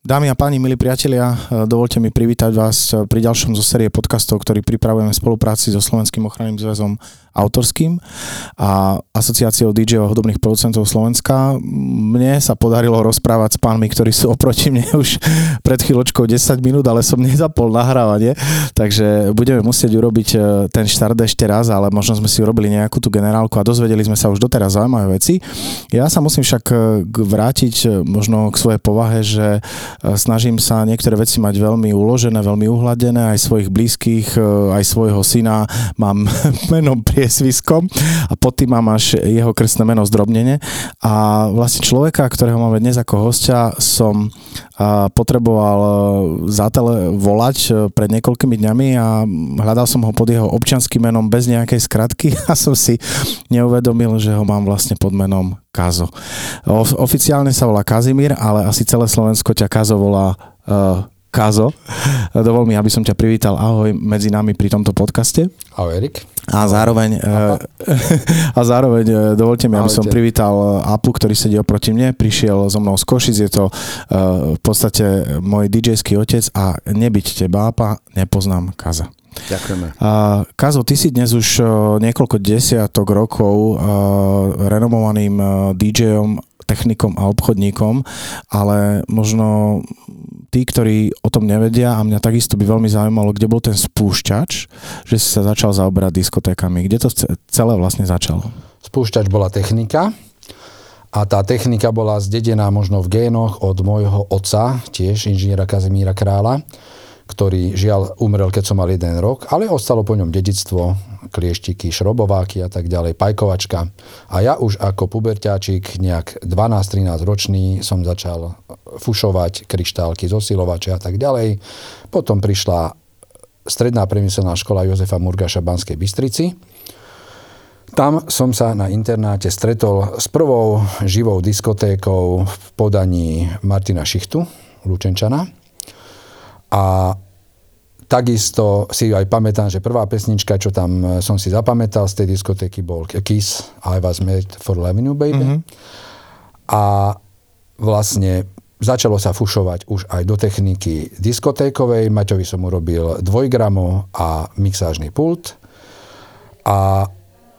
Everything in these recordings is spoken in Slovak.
Dámy a páni, milí priatelia, dovoľte mi privítať vás pri ďalšom zo série podcastov, ktorý pripravujeme v spolupráci so Slovenským ochranným zväzom autorským a asociáciou DJ-ov a hudobných producentov Slovenska. Mne sa podarilo rozprávať s pánmi, ktorí sú oproti mne už pred chvíľočkou 10 minút, ale som nezapol nahrávanie, takže budeme musieť urobiť ten štart ešte raz, ale možno sme si urobili nejakú tú generálku a dozvedeli sme sa už doteraz zaujímavé veci. Ja sa musím však vrátiť možno k svojej povahe, že snažím sa niektoré veci mať veľmi uložené, veľmi uhladené, aj svojich blízkych, aj svojho syna mám menom priezviskom a pod tým mám až jeho krstné meno zdrobnene. A vlastne človeka, ktorého máme dnes ako hostia, som potreboval volať pred niekoľkými dňami a hľadal som ho pod jeho občianskym menom bez nejakej skratky a som si neuvedomil, že ho mám vlastne pod menom Kazo. Oficiálne sa volá Kazimír, ale asi celé Slovensko ťa Kazo volá Kazo. Dovol mi, aby som ťa privítal. Ahoj medzi nami pri tomto podcaste. Ahoj Erik. A zároveň dovolte mi, aby som privítal Apu, ktorý sedí oproti mne. Prišiel so mnou z Košic, je to v podstate môj DJ-ský otec a nebyť teba, Apa, nepoznám Kaza. Ďakujeme. Kazo, ty si dnes už niekoľko desiatok rokov renomovaným DJom, technikom a obchodníkom, ale možno tí, ktorí o tom nevedia, a mňa takisto by veľmi zaujímalo, kde bol ten spúšťač, že si sa začal zaoberať diskotékami. Kde to celé vlastne začalo? Spúšťač bola technika a tá technika bola zdedená možno v génoch od môjho otca, tiež inžiniera Kazimíra Krála, ktorý žiaľ umrel, keď som mal 1 rok, ale ostalo po ňom dedičstvo, klieštiky, šrobováky a tak ďalej, pajkovačka. A ja už ako puberťáčik, nejak 12-13 ročný, som začal fušovať kryštálky, zosilovače a tak ďalej. Potom prišla stredná priemyselná škola Jozefa Murgaša v Banskej Bystrici. Tam som sa na internáte stretol s prvou živou diskotékou v podaní Martina Šichtu, Lučenčana. A takisto si aj pamätám, že prvá pesnička, čo tam som si zapamätal z tej diskotéky, bol Kiss, I Was Made for Loving You, Baby. Mm-hmm. A vlastne začalo sa fušovať už aj do techniky diskotékovej. Maťovi som urobil 2 gramo a mixážny pult. A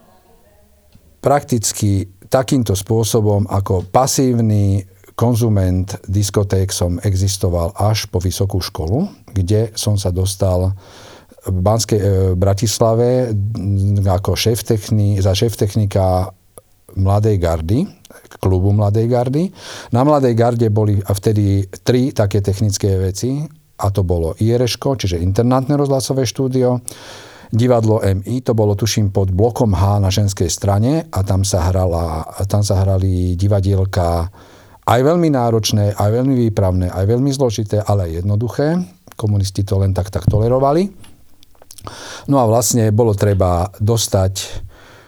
prakticky takýmto spôsobom ako pasívny konzument diskoték som existoval až po vysokú školu, kde som sa dostal v Bratislave ako za šéf-technika Mladej gardy, klubu Mladej gardy. Na Mladej garde boli vtedy 3 také technické veci, a to bolo IRŠko, čiže internátne rozhlasové štúdio, divadlo MI, to bolo tuším pod blokom H na ženskej strane a tam sa hrali divadielka aj veľmi náročné, aj veľmi výpravné, aj veľmi zložité, ale aj jednoduché. Komunisti to len tak tolerovali. No a vlastne bolo treba dostať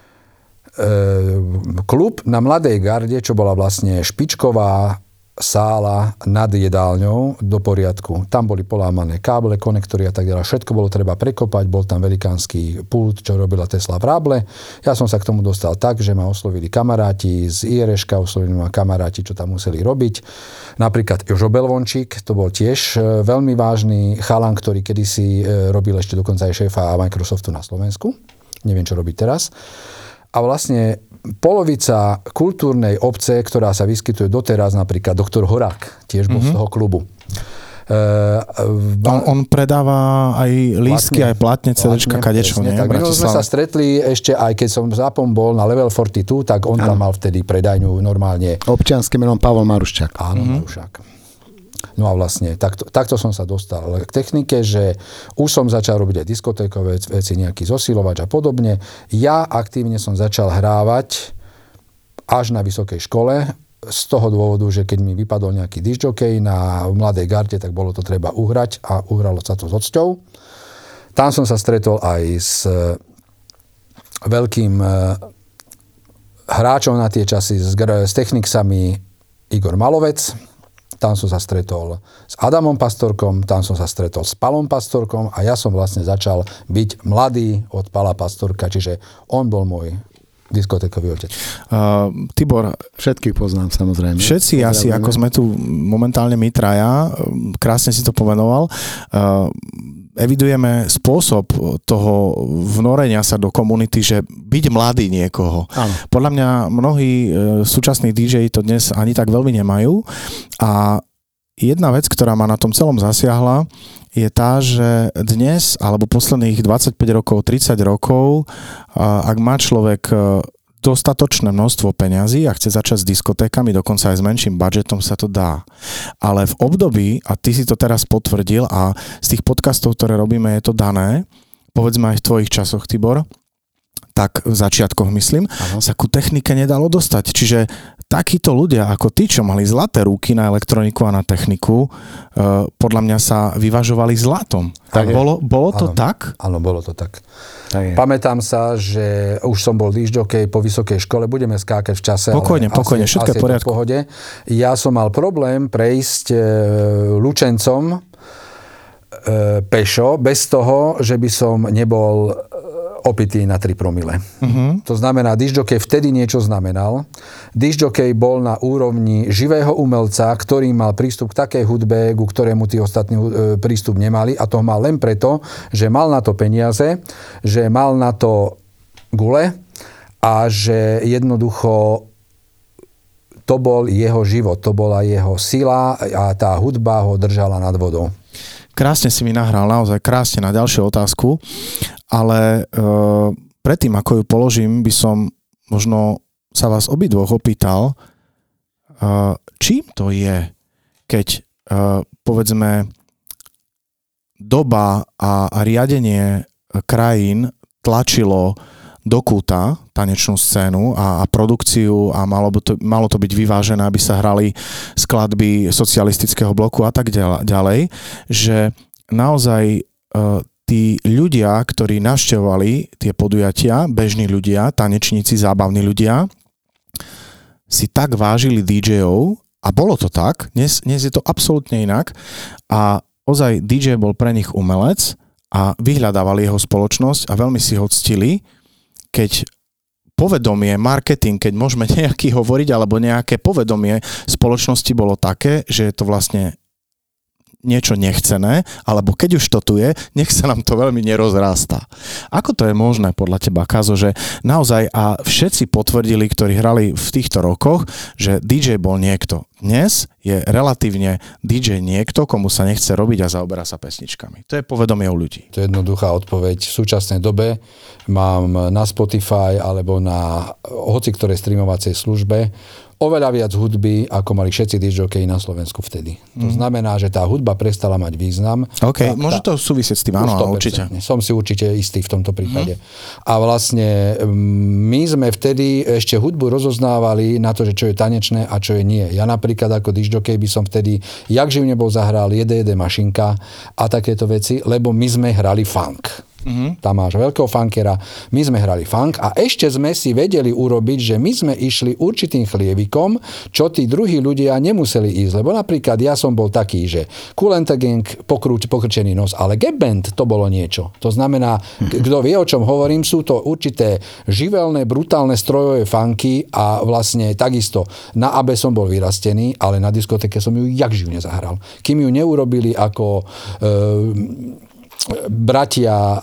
klub na Mladej garde, čo bola vlastne špičková sála nad jedálňou do poriadku. Tam boli polámané káble, konektory a tak ďalej. Všetko bolo treba prekopať, bol tam velikánsky pult, čo robila Tesla v Ráble. Ja som sa k tomu dostal tak, že ma oslovili kamaráti z IRŠka, oslovili ma kamaráti, čo tam museli robiť. Napríklad Jožo Belvončík, to bol tiež veľmi vážny chalan, ktorý kedysi robil ešte dokonca aj šéfa Microsoftu na Slovensku. Neviem, čo robí teraz. A vlastne polovica kultúrnej obce, ktorá sa vyskytuje doteraz, napríklad doktor Horák, tiež bol z toho klubu. On predáva aj lístky, aj platne, CDčka, kadečo, nie? Tak my sme sa stretli ešte, aj keď som zápom bol na Level 42, tak on tam mal vtedy predajňu normálne. Občianskym menom Pavol Maruščák. Áno, Maruščák. No a vlastne takto som sa dostal k technike, že už som začal robiť aj diskotékové veci, nejaký zosilovač a podobne. Ja aktívne som začal hrávať až na vysokej škole, z toho dôvodu, že keď mi vypadol nejaký discjockey na Mladej garde, tak bolo to treba uhrať a uhralo sa to s odsťou. Tam som sa stretol aj s veľkým hráčom na tie časy, s Technicsami Igor Malovec. Tam som sa stretol s Adamom Pastorkom, tam som sa stretol s Palom Pastorkom a ja som vlastne začal byť mladý od Pala Pastorka, čiže on bol môj diskotékový otec. Tibor, všetkých poznám, samozrejme. Všetci asi, ako sme tu momentálne my traja, krásne si to pomenoval, evidujeme spôsob toho vnorenia sa do komunity, že byť mladý niekoho. Áno. Podľa mňa mnohí súčasní DJ to dnes ani tak veľmi nemajú a jedna vec, ktorá ma na tom celom zasiahla, je tá, že dnes, alebo posledných 25 rokov, 30 rokov, ak má človek dostatočné množstvo peňazí a chce začať s diskotékami, dokonca aj s menším budžetom sa to dá. Ale v období, a ty si to teraz potvrdil a z tých podcastov, ktoré robíme, je to dané, povedzme aj v tvojich časoch, Tibor, tak v začiatkoch myslím, sa ku technike nedalo dostať. Čiže takíto ľudia ako ty, čo mali zlaté ruky na elektroniku a na techniku, podľa mňa sa vyvažovali zlatom. Tak bolo to tak? Áno, bolo to tak. Pamätám sa, že už som bol discjockey po vysokej škole, budeme skákať v čase. Pokojne, všetko je v poriadku. V pohode. Ja som mal problém prejsť Lučencom pešo, bez toho, že by som nebol opitý na 3 promile. To znamená, discjockey vtedy niečo znamenal. Discjockey bol na úrovni živého umelca, ktorý mal prístup k takej hudbe, ku ktorému tí ostatní prístup nemali, a to mal len preto, že mal na to peniaze, že mal na to gule a že jednoducho to bol jeho život, to bola jeho sila a tá hudba ho držala nad vodou. Krásne si mi nahral, naozaj krásne na ďalšiu otázku, ale predtým, ako ju položím, by som možno sa vás obidvoch opýtal, čím to je, keď povedzme doba a riadenie krajín tlačilo do kúta tanečnú scénu a produkciu a malo to byť vyvážené, aby sa hrali skladby socialistického bloku a tak ďalej, že naozaj tí ľudia, ktorí navštevovali tie podujatia, bežní ľudia, tanečníci, zábavní ľudia, si tak vážili DJ-ov a bolo to tak, dnes je to absolútne inak a ozaj DJ bol pre nich umelec a vyhľadávali jeho spoločnosť a veľmi si ho ctili, keď povedomie, marketing, keď môžeme nejaký hovoriť, alebo nejaké povedomie spoločnosti bolo také, že je to vlastne niečo nechcené, alebo keď už to tu je, nech sa nám to veľmi nerozrástá. Ako to je možné podľa teba, Kazo, že naozaj a všetci potvrdili, ktorí hrali v týchto rokoch, že DJ bol niekto. Dnes je relatívne DJ niekto, komu sa nechce robiť a zaoberá sa pesničkami. To je povedomie u ľudí. To je jednoduchá odpoveď. V súčasnej dobe mám na Spotify alebo na hoci ktorej streamovacej službe oveľa viac hudby, ako mali všetci discjockeyi na Slovensku vtedy. To znamená, že tá hudba prestala mať význam. OK, môže to súvisieť s tým, áno, určite. Som si určite istý v tomto prípade. A vlastne my sme vtedy ešte hudbu rozoznávali na to, že čo je tanečné a čo je nie. Ja napríklad ako discjockey by som vtedy jak živne bol zahral Jede mašinka a takéto veci, lebo my sme hrali funk. Tam máš veľkého funkera, my sme hrali funk a ešte sme si vedeli urobiť, že my sme išli určitým chlievikom, čo tí druhí ľudia nemuseli ísť, lebo napríklad ja som bol taký, že Kool and the Gang, pokrčený nos, ale Gap Band to bolo niečo. To znamená, kto vie, o čom hovorím, sú to určité živelné, brutálne strojové funky a vlastne takisto na AB som bol vyrastený, ale na diskotéke som ju jak živne zahral. Kým ju neurobili ako bratia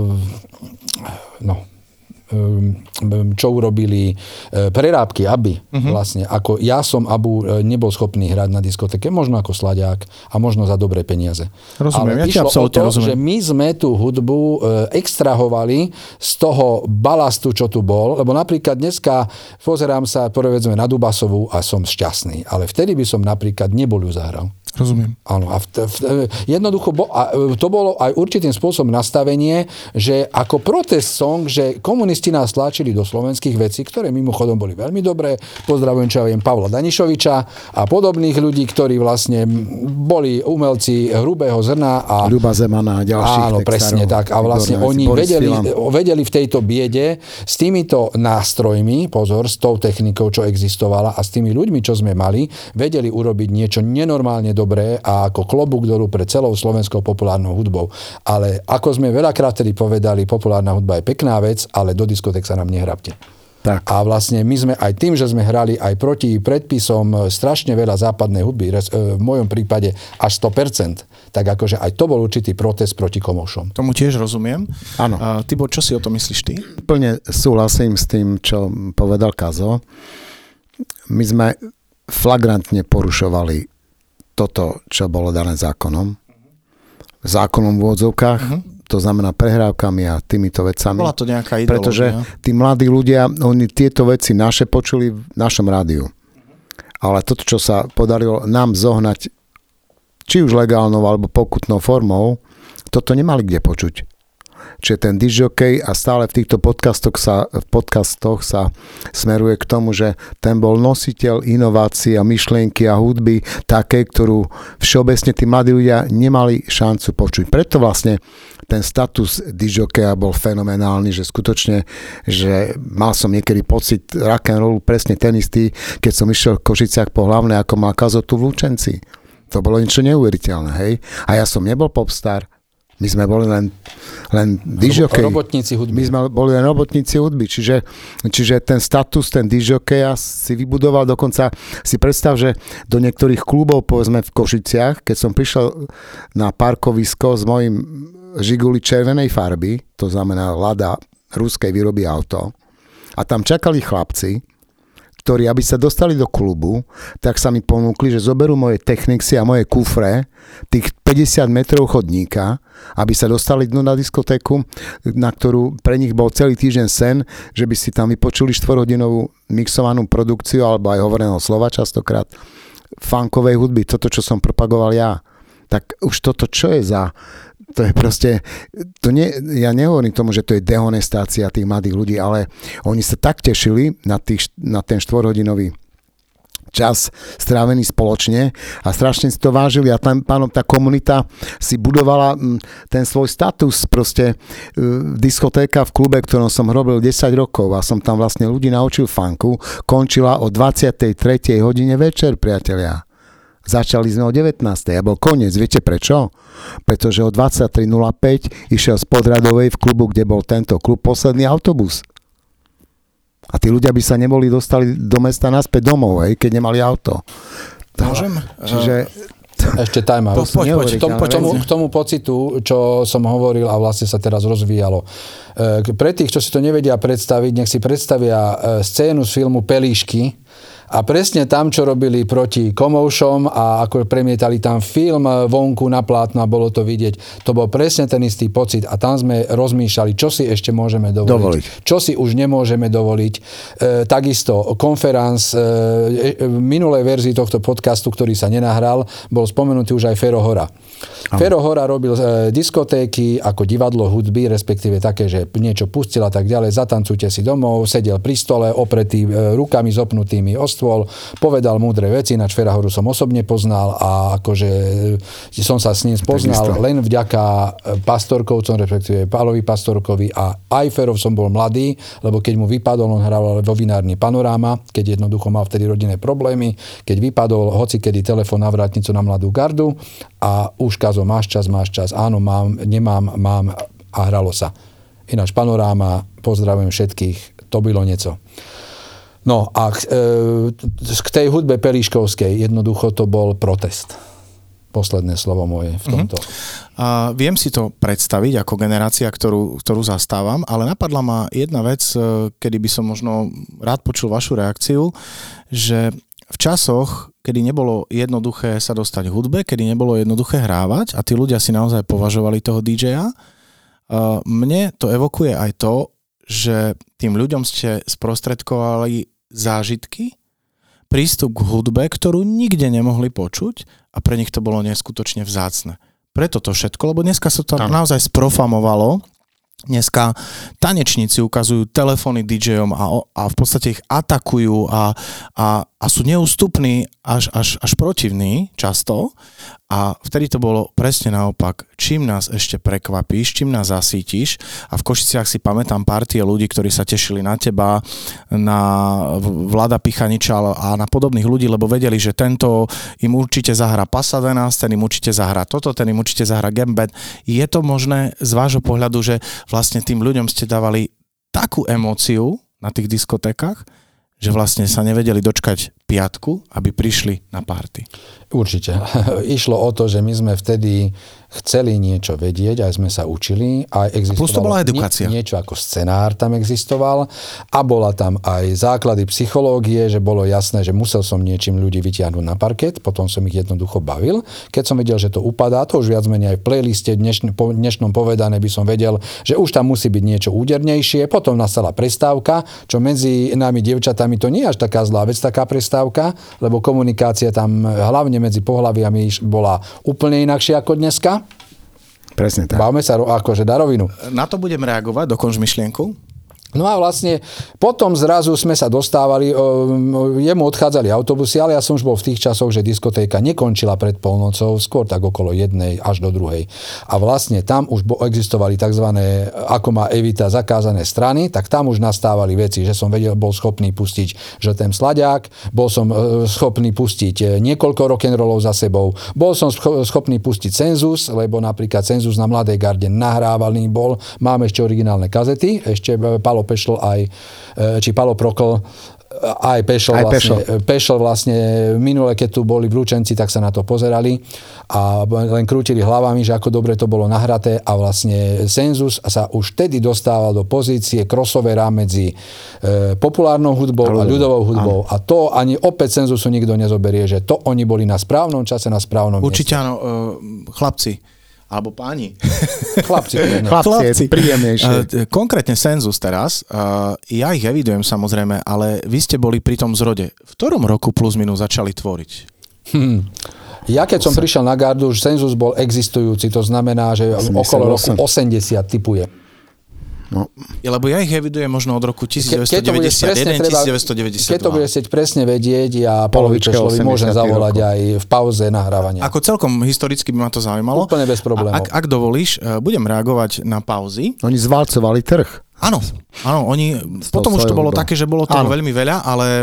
čo urobili prerábky Aby. Vlastne, ako ja som Abu nebol schopný hrať na diskotéke, možno ako slaďák a možno za dobré peniaze. Rozumiem, ale išlo o to, že my sme tú hudbu extrahovali z toho balastu, čo tu bol, lebo napríklad dneska pozerám sa, povedzme, na Dubasovú a som šťastný, ale vtedy by som napríklad nebol ju zahral. Rozumiem. Áno, a jednoducho to bolo aj určitým spôsobom nastavenie, že ako protest song, že komunisti nás tlačili do slovenských vecí, ktoré mimochodom boli veľmi dobré. Pozdravujem, čo ja viem, Pavla Danišoviča a podobných ľudí, ktorí vlastne boli umelci hrubého zrna a Ľuba Zemana a ďalších. Áno, presne tak. A vlastne oni vedeli v tejto biede s týmito nástrojmi, pozor, s tou technikou, čo existovala a s tými ľuďmi, čo sme mali, vedeli urobiť niečo nenormálne dobré a ako klobúk dolu pre celou slovenskou populárnou hudbou. Ale ako sme veľakrát tedy povedali, populárna hudba je pekná vec, ale do diskoték sa nám nehrabte. Tak. A vlastne my sme aj tým, že sme hrali aj proti predpisom strašne veľa západnej hudby, v mojom prípade až 100%, tak akože aj to bol určitý protest proti komoušom. Tomu tiež rozumiem. Áno. Tibor, čo si o to myslíš ty? Úplne súhlasím s tým, čo povedal Kazo. My sme flagrantne porušovali toto, čo bolo dané zákonom. Zákonom v úvodzovkách, to znamená prehrávkami a týmito vecami. Bola to nejaká ideológia. Pretože tí mladí ľudia, oni tieto veci naše počuli v našom rádiu. Ale toto, čo sa podarilo nám zohnať, či už legálnou alebo pokutnou formou, toto nemali kde počuť. Čiže ten disc-jockey a stále v týchto podcastoch sa smeruje k tomu, že ten bol nositeľ inovácií a myšlienky a hudby také, ktorú všeobecne tí mladí ľudia nemali šancu počuť. Preto vlastne ten status disc-jockeya bol fenomenálny, že skutočne, že mal som niekedy pocit rock'n'rollu presne ten istý, keď som išiel v Košiciach po Hlavnej, ako mal Kazotu v Lučenci. To bolo niečo neuveriteľné, hej? A ja som nebol popstar. My sme boli len disc-jockey. Robotníci hudby. My sme boli len robotníci hudby. Čiže ten status, ten disc-jockeya si vybudoval, dokonca si predstav, že do niektorých klubov, povedzme v Košiciach, keď som prišiel na parkovisko s mojím Žiguli červenej farby, to znamená Lada ruskej výroby auto, a tam čakali chlapci, ktorí, aby sa dostali do klubu, tak sa mi ponúkli, že zoberú moje Technicsy a moje kufre, tých 50 metrov chodníka, aby sa dostali na diskotéku, na ktorú pre nich bol celý týždeň sen, že by si tam vypočuli 4-hodinovú mixovanú produkciu, alebo aj hovoreného slova častokrát, funkovej hudby, toto, čo som propagoval ja. Tak už toto, čo je za... To je proste, ja nehovorím tomu, že to je dehonestácia tých mladých ľudí, ale oni sa tak tešili na ten 4-hodinový čas strávený spoločne a strašne si to vážili a tam pánom tá komunita si budovala ten svoj status, proste diskotéka v klube, ktorom som robil 10 rokov a som tam vlastne ľudí naučil funku, končila o 23. hodine večer, priatelia. Začali sme o 19. a bol koniec. Viete prečo? Pretože o 23.05 išiel z Podradovej v klubu, kde bol tento klub, posledný autobus. A tí ľudia by sa neboli dostali do mesta naspäť domov, keď nemali auto. Môžem? Čiže... Ešte time out. K tomu pocitu, čo som hovoril a vlastne sa teraz rozvíjalo. Pre tých, čo si to nevedia predstaviť, nech si predstavia scénu z filmu Pelíšky, a presne tam, čo robili proti komoušom a ako premietali tam film vonku na plátno a bolo to vidieť, to bol presne ten istý pocit a tam sme rozmýšľali, čo si ešte môžeme dovoliť. Čo si už nemôžeme dovoliť. Takisto konferenc v minulej verzii tohto podcastu, ktorý sa nenahral, bol spomenutý už aj Fero Hora. Fero Hora robil diskotéky ako divadlo hudby, respektíve také, že niečo pustil a tak ďalej, zatancujte si domov, sedel pri stole, opretý rukami zopnutými o stôl, povedal múdre veci, ináč Fera Horu som osobne poznal a akože som sa s ním spoznal len vďaka Pastorkovcom, respektíve Pálovi Pastorkovi a aj Ferov som bol mladý, lebo keď mu vypadol, on hral vo vinárni Panoráma, keď jednoducho mal vtedy rodinné problémy, keď vypadol hocikedy telefón na vrátnicu na Mladú gardu a už Kazo, máš čas, áno, mám, nemám, mám a hralo sa. Ináč Panoráma, pozdravujem všetkých, to bylo nieco. No a k tej hudbe pelíškovskej jednoducho to bol protest. Posledné slovo moje v tomto. Viem si to predstaviť ako generácia, ktorú zastávam, ale napadla ma jedna vec, kedy by som možno rád počul vašu reakciu, že v časoch, kedy nebolo jednoduché sa dostať k hudbe, kedy nebolo jednoduché hrávať a tí ľudia si naozaj považovali toho DJ-a, mne to evokuje aj to, že tým ľuďom ste sprostredkovali zážitky, prístup k hudbe, ktorú nikde nemohli počuť a pre nich to bolo neskutočne vzácne. Preto to všetko, lebo dneska sa to naozaj sprofamovalo. Dneska tanečníci ukazujú telefóny DJom a v podstate ich atakujú a sú neústupní až protivní často. A vtedy to bolo presne naopak. Čím nás ešte prekvapíš, čím nás zasítiš. A v Košiciach si pamätám partie ľudí, ktorí sa tešili na teba, na Vlada Pichaniča a na podobných ľudí, lebo vedeli, že tento im určite zahrá Pasadena, ten im určite zahrá toto, ten im určite zahrá Gambit. Je to možné z vášho pohľadu, že vlastne tým ľuďom ste dávali takú emóciu na tých diskotékach, že vlastne sa nevedeli dočkať piatku, aby prišli na party? Určite. Išlo o to, že my sme vtedy chceli niečo vedieť, aj sme sa učili. Aj existovalo plus to bola edukácia. Niečo ako scenár tam existoval a bola tam aj základy psychológie, že bolo jasné, že musel som niečím ľudí vytiahnuť na parket, potom som ich jednoducho bavil. Keď som videl, že to upadá, to už viac menej aj v playliste dnešnom povedané by som vedel, že už tam musí byť niečo údernejšie. Potom nastala prestávka, čo medzi nami dievčatami to nie je až taká zlá vec, taká prestávka, lebo komunikácia tam hlavne medzi pohlaviami bola úplne inakšia ako dneska. Presne tak. Bavme sa akože na rovinu. Na to budem reagovať, dokonč myšlienku. No a vlastne potom zrazu sme sa dostávali, jemu odchádzali autobusy, ale ja som už bol v tých časoch, že diskotéka nekončila pred polnocou, skôr tak okolo 1 až do 2. A vlastne tam už existovali takzvané, ako má Evita, zakázané strany, tak tam už nastávali veci, že som bol schopný pustiť Žltém Slaďák, bol som schopný pustiť niekoľko rock'n'rollov za sebou, bol som schopný pustiť Cenzus, lebo napríklad Cenzus na Mladej garde nahrávaný bol, máme ešte originálne kazety, ešte Palo Pešl či Palo Prokl aj Pešl vlastne minule, keď tu boli v Lučenci, tak sa na to pozerali a len krútili hlavami, že ako dobre to bolo nahraté a vlastne Cenzus sa už vtedy dostával do pozície crossovera medzi populárnou hudbou a ľudovou hudbou. A to ani opäť Cenzusu nikto nezoberie, že to oni boli na správnom čase, na správnom mieste. Určite áno, chlapci. Alebo páni. Chlapci je príjemnejšie. Konkrétne Cenzus teraz, ja ich evidujem samozrejme, ale vy ste boli pri tom zrode. V ktorom roku plus minus začali tvoriť? Ja keď som prišiel na gardu, už Cenzus bol existujúci, to znamená, že okolo roku 80 typuje. No. Lebo ja ich evidujem možno od roku 1991, 1992. Keď to budeš presne vedieť, ja Polovičešlovi môžem zavolať aj v pauze nahrávania. Ako celkom historicky by ma to zaujímalo. Úplne bez problémov. Ak dovolíš, budem reagovať na pauzy. Oni zvalcovali trh. Áno, oni, potom už to bolo také, že bolo toho veľmi veľa, ale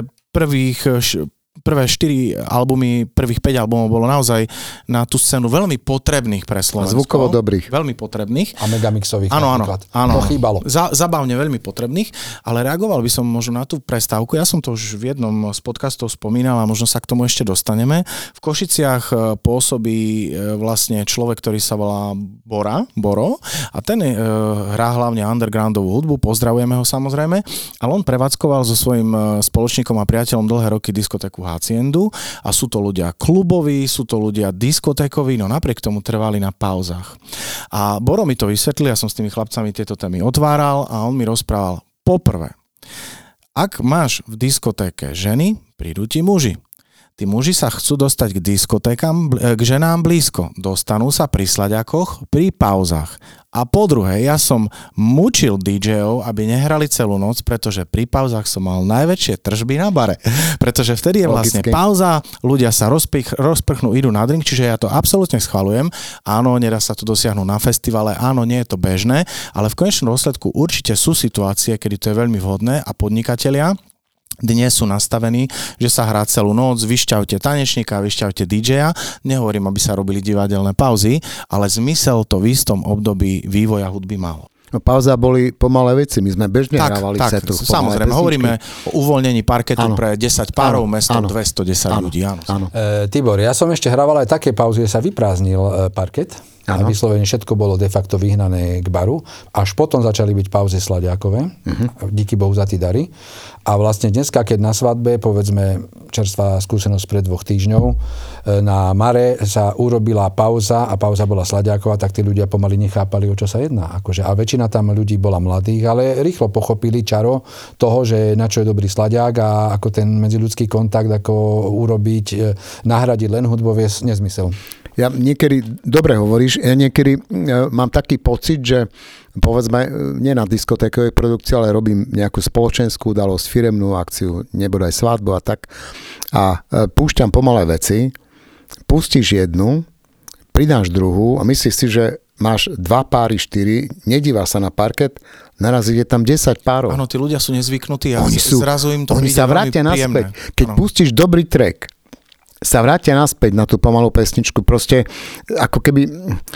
prvé 4 albumy, prvých 5 albumov bolo naozaj na tú scénu veľmi potrebných pre Slovensko. Zvukovo dobrých. Veľmi potrebných. A megamixových napríklad. Áno. To chýbalo. Zabavne veľmi potrebných, ale reagoval by som možno na tú prestávku. Ja som to už v jednom z podcastov spomínal a možno sa k tomu ešte dostaneme. V Košiciach pôsobí vlastne človek, ktorý sa volá Boro a ten hrá hlavne undergroundovú hudbu, pozdravujeme ho samozrejme, ale on prevádzkoval so svojím spoločníkom a priateľom dlhé roky diskotéku Haciendu a sú to ľudia kluboví, sú to ľudia diskotékoví, no napriek tomu trvali na pauzách. A Boro mi to vysvetlil, ja som s tými chlapcami tieto témy otváral a on mi rozprával, poprvé, ak máš v diskotéke ženy, prídu ti muži. Tí muži sa chcú dostať k diskotékam, k ženám blízko. Dostanú sa pri slaďakoch, pri pauzách. A po druhé, ja som mučil DJ-ov, aby nehrali celú noc, pretože pri pauzách som mal najväčšie tržby na bare. Pretože vtedy je vlastne pauza, ľudia sa rozprchnú, idú na drink, čiže ja to absolútne schvaľujem. Áno, nedá sa to dosiahnuť na festivale, áno, nie je to bežné, ale v konečnom dôsledku určite sú situácie, kedy to je veľmi vhodné a podnikatelia dnes sú nastavení, že sa hrá celú noc, vyšťavte tanečníka, vyšťavte DJ-a. Nehovorím, aby sa robili divadelné pauzy, ale zmysel to v istom období vývoja hudby malo. No, pauza boli pomalé veci, my sme bežne hrávali v setu. Samozrejme, hovoríme o uvoľnení parketu pre 10 párov, mestom 210 ľudí. Áno. Tibor, ja som ešte hrával aj také pauzy, že sa vyprázdnil parket. A vyslovene všetko bolo de facto vyhnané k baru. Až potom začali byť pauzy slaďákové. Díky Bohu za tí dary. A vlastne dneska, keď na svadbe, povedzme čerstvá skúsenosť pred 2 týždňov, na Mare sa urobila pauza a pauza bola slaďáková, tak tí ľudia pomaly nechápali, o čo sa jedná. A väčšina tam ľudí bola mladých, ale rýchlo pochopili čaro toho, že na čo je dobrý slaďák a ako ten medziľudský kontakt, ako urobiť, nahradiť len hudbou je nezmysel. Ja niekedy, dobre hovoríš, ja niekedy mám taký pocit, že povedzme, nie na diskotékovej produkcii, ale robím nejakú spoločenskú udalosť, firemnú akciu, nebodaj svadbu a tak. A púšťam pomalé veci, pustíš jednu, pridáš druhú a myslíš si, že máš 2 páry, 4, nedíva sa na parket, naraz ide tam 10 párov. Áno, tí ľudia sú nezvyknutí a zrazu im to oni sa vrátia naspäť. Keď pustíš dobrý track, sa vrátia naspäť na tú pomalú pesničku. Proste ako keby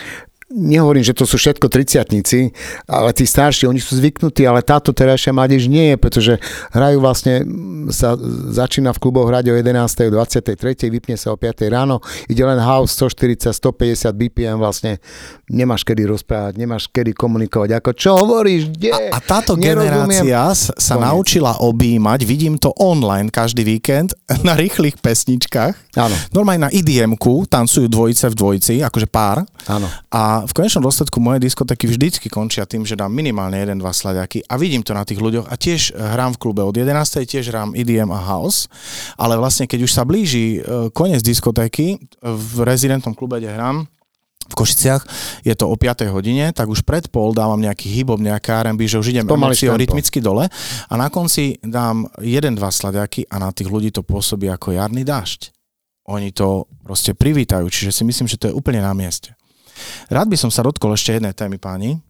nehovorím, že to sú všetko 30-tníci, ale tí starší, oni sú zvyknutí, ale táto terajšia mládež nie je, pretože hrajú vlastne, sa začína v kluboch hrať o 11. o 23. vypne sa o 5. ráno, ide len house 140, 150 BPM, vlastne nemáš kedy rozprávať, nemáš kedy komunikovať, ako čo hovoríš, kde? A táto generácia sa naučila objímať, vidím to online každý víkend na rýchlych pesničkách. Áno. Normálne na IDM-ku tancujú dvojice v dvojici, akože pár. Áno. A v konečnom dôsledku moje diskotéky vždycky končia tým, že dám minimálne 1-2 slaďaky a vidím to na tých ľuďoch a tiež hrám v klube od 11. tiež hrám EDM a house, ale vlastne keď už sa blíži koniec diskotéky v rezidentnom klube, kde hrám v Košiciach, je to o 5. hodine, tak už pred pol dávam nejaký hip-hop, nejaké R&B, že už idem rytmicky dole a na konci dám 1-2 slaďaky a na tých ľudí to pôsobí ako jarný dážď. Oni to proste privítajú, čiže si myslím, že to je úplne na mieste. Rád by som sa dotkol ešte jednej témy, páni,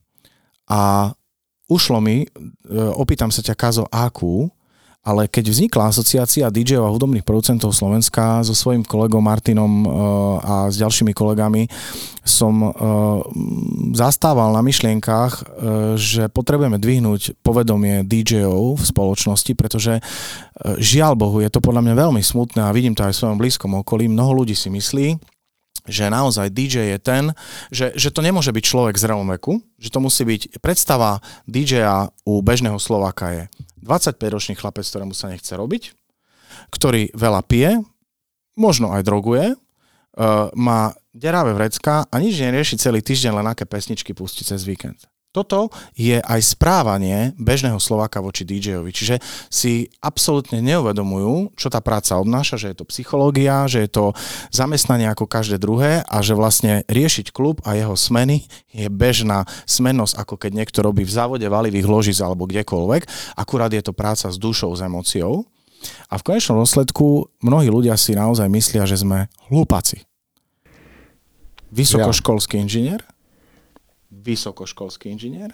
a ušlo mi, opýtam sa ťa, Kazo, akú, ale keď vznikla asociácia DJ-ov a hudobných producentov Slovenska so svojím kolegom Martinom a s ďalšími kolegami som zastával na myšlienkach, že potrebujeme dvihnúť povedomie DJ-ov v spoločnosti, pretože žiaľ Bohu, je to podľa mňa veľmi smutné a vidím to aj v svojom blízkom okolí. Mnoho ľudí si myslí, že naozaj DJ je ten, že to nemôže byť človek v zrelom veku, že to musí byť predstava DJ-a u bežného Slováka je 25-ročný chlapec, ktorému sa nechce robiť, ktorý veľa pije, možno aj droguje, má deravé vrecká a nič nerieši celý týždeň, len aké pesničky pustí cez víkend. Toto je aj správanie bežného Slováka voči DJ-ovi. Čiže si absolútne neuvedomujú, čo tá práca obnáša, že je to psychológia, že je to zamestnanie ako každé druhé a že vlastne riešiť klub a jeho smeny je bežná smennosť, ako keď niekto robí v závode valivých ložíc alebo kdekoľvek. Akurát je to práca s dušou, s emóciou. A v konečnom dôsledku mnohí ľudia si naozaj myslia, že sme hlúpaci. Vysokoškolský inžinier, vysokoškolský inžinier.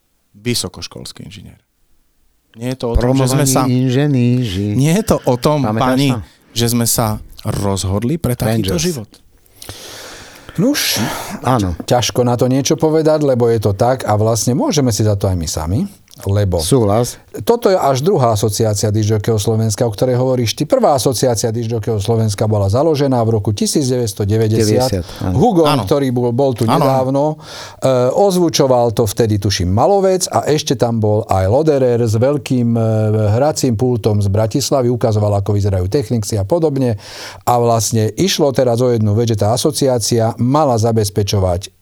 Nie je to o tom, že sme sa... Nie je to o tom, pani, že sme sa rozhodli pre takýto život. Nuž, áno. Ťažko na to niečo povedať, lebo je to tak a vlastne môžeme si za to aj my sami. Lebo súhlas. Toto je až druhá asociácia disc-jockeyov Slovenska, o ktorej hovoríš ty. Prvá asociácia disc-jockeyov Slovenska bola založená v roku 1990. Hugo, ktorý bol tu nedávno, ozvučoval to vtedy, tuším, Malovec a ešte tam bol aj Loderer s veľkým hracím pultom z Bratislavy, ukazoval, ako vyzerajú technici a podobne. A vlastne išlo teraz o jednu vec, že tá asociácia mala zabezpečovať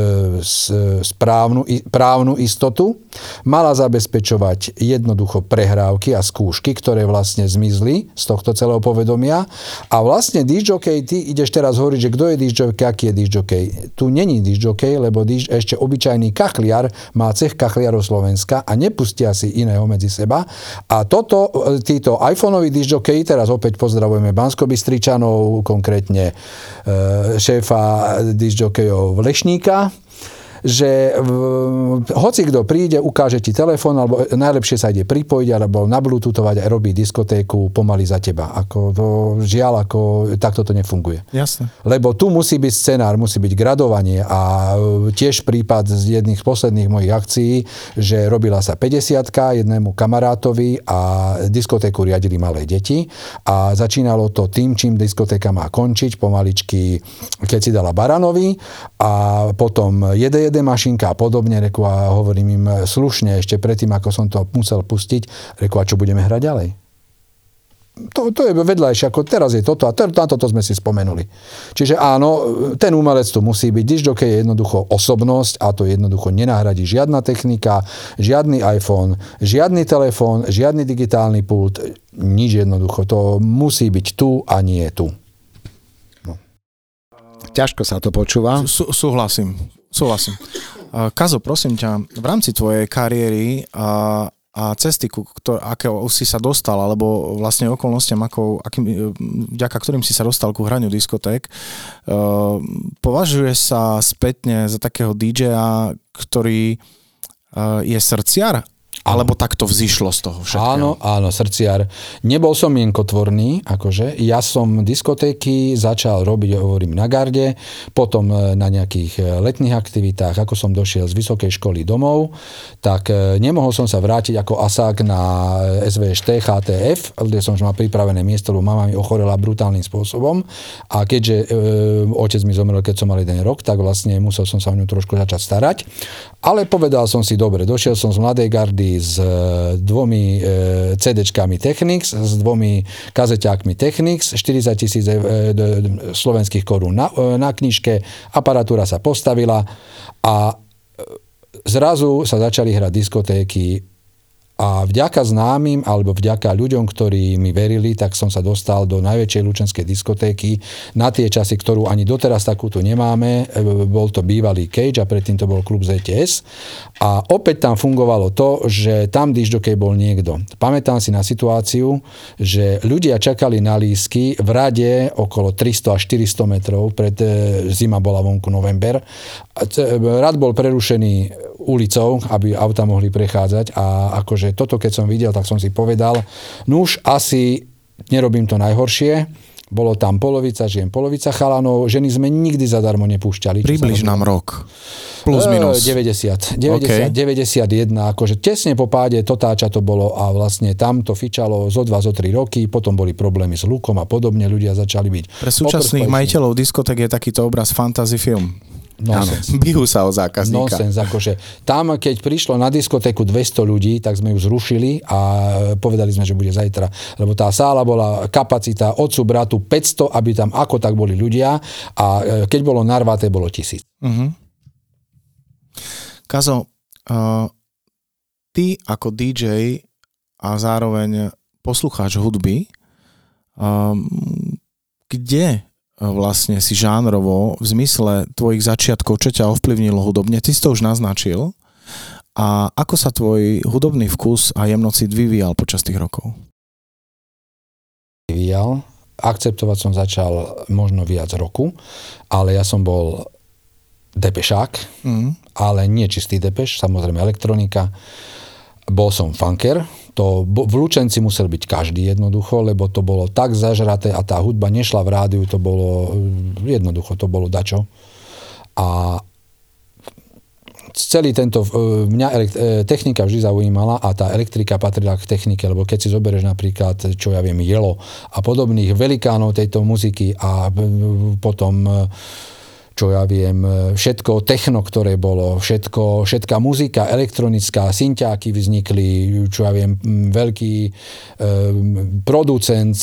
právnu istotu, mala zabezpečovať jednoducho prehrávky a skúšky, ktoré vlastne zmizli z tohto celého povedomia. A vlastne disc-jockey, ty ideš teraz hovoriť, že kto je disc-jockey, aký je disc-jockey. Tu není disc-jockey, lebo ešte obyčajný kachliar má cech kachliarov Slovenska a nepustia si iného medzi seba. A títo iPhone-oví disc-jockey, teraz opäť pozdravujeme Banskobystričanov, konkrétne šéfa disc-jockeyov Lešníka, že hoci kto príde, ukáže ti telefón, alebo najlepšie sa ide pripojiť, alebo na bluetootovať a robí diskotéku pomaly za teba. Žiaľ, takto to nefunguje. Jasne. Lebo tu musí byť scenár, musí byť gradovanie a tiež prípad z jedných z posledných mojich akcií, že robila sa 50-ka jednému kamarátovi a diskotéku riadili malé deti a začínalo to tým, čím diskotéka má končiť, pomaličky, keď si dala Baranovi a potom jede mašinka a podobne, a hovorím im slušne ešte predtým, ako som to musel pustiť, a čo budeme hrať ďalej. To je vedľajšie, ako teraz je toto a na toto sme si spomenuli. Čiže áno, ten umelec tu musí byť. Disc-jockey je jednoducho osobnosť a to jednoducho nenahradí žiadna technika, žiadny iPhone, žiadny telefón, žiadny digitálny pult, nič jednoducho. To musí byť tu a nie tu. No. Ťažko sa to počúva. Súhlasím. Kazo, prosím ťa, v rámci tvojej kariéry a cesty, akého si sa dostal, alebo vlastne okolnostiam, vďaka ktorým si sa dostal ku hraniu diskoték, považuješ sa spätne za takého DJ-a, ktorý je srdciar? Alebo takto vzýšlo z toho všetkého? Áno, srdciar. Nebol som mienkotvorný, akože. Ja som diskotéky začal robiť, hovorím, na garde, potom na nejakých letných aktivitách. Ako som došiel z vysokej školy domov, tak nemohol som sa vrátiť ako asák na SVŠT, HTF, kde som mal pripravené miesto, lebo mama mi ochorela brutálnym spôsobom. A keďže otec mi zomrel, keď som mal 1 rok, tak vlastne musel som sa o ňu trošku začať starať. Ale povedal som si, dobre, došiel som z mladej gardy s 2 CD-čkami Technics, s 2 kazeťákmi Technics, 40 000 slovenských korún na knižke, aparatúra sa postavila a zrazu sa začali hrať diskotéky a vďaka známym alebo vďaka ľuďom, ktorí mi verili, tak som sa dostal do najväčšej lučenskej diskotéky na tie časy, ktorú ani doteraz takúto nemáme. Bol to bývalý Cage a predtým to bol klub ZTS. A opäť tam fungovalo to, že tam discjockey bol niekto. Pamätám si na situáciu, že ľudia čakali na lístky v rade okolo 300 až 400 metrov, zima bola vonku november. Rad bol prerušený ulicou, aby auta mohli prechádzať a akože toto, keď som videl, tak som si povedal, nuž, asi nerobím to najhoršie. Bolo tam polovica žien, polovica chalanov. Ženy sme nikdy zadarmo nepúšťali. Približ nám rok. Plus minus. 91. Akože tesne po páde Totáča to bolo a vlastne tam to fičalo zo 2, zo 3 roky. Potom boli problémy s lukom a podobne. Ľudia začali byť... Pre súčasných majiteľov diskotek je takýto obraz fantasy film. Nonsens. Bijú sa o zákazníka. Nonsens, akože tam, keď prišlo na diskotéku 200 ľudí, tak sme ju zrušili a povedali sme, že bude zajtra, lebo tá sála bola kapacita otcu, bratu 500, aby tam ako tak boli ľudia a keď bolo narvaté, bolo 1000. Uh-huh. Kazo, ty ako DJ a zároveň poslucháč hudby, kde vlastne si žánrovo v zmysle tvojich začiatkov, čo ťa ovplyvnilo hudobne, ty si to už naznačil, a ako sa tvoj hudobný vkus a jemnocit vyvíjal počas tých rokov? Vyvíjal. Akceptovať som začal možno viac roku, ale ja som bol depešák, ale nie čistý depeš, samozrejme elektronika. Bol som funker, to v Lučenci musel byť každý jednoducho, lebo to bolo tak zažraté a tá hudba nešla v rádiu, to bolo jednoducho, to bolo dačo. A celý tento, mňa technika vždy zaujímala a tá elektrika patrila k technike, lebo keď si zoberieš napríklad, čo ja viem, Jelo a podobných velikánov tejto muziky a potom čo ja viem, všetko techno, ktoré bolo, všetká muzika elektronická, synťáky vznikli, čo ja viem, veľký producent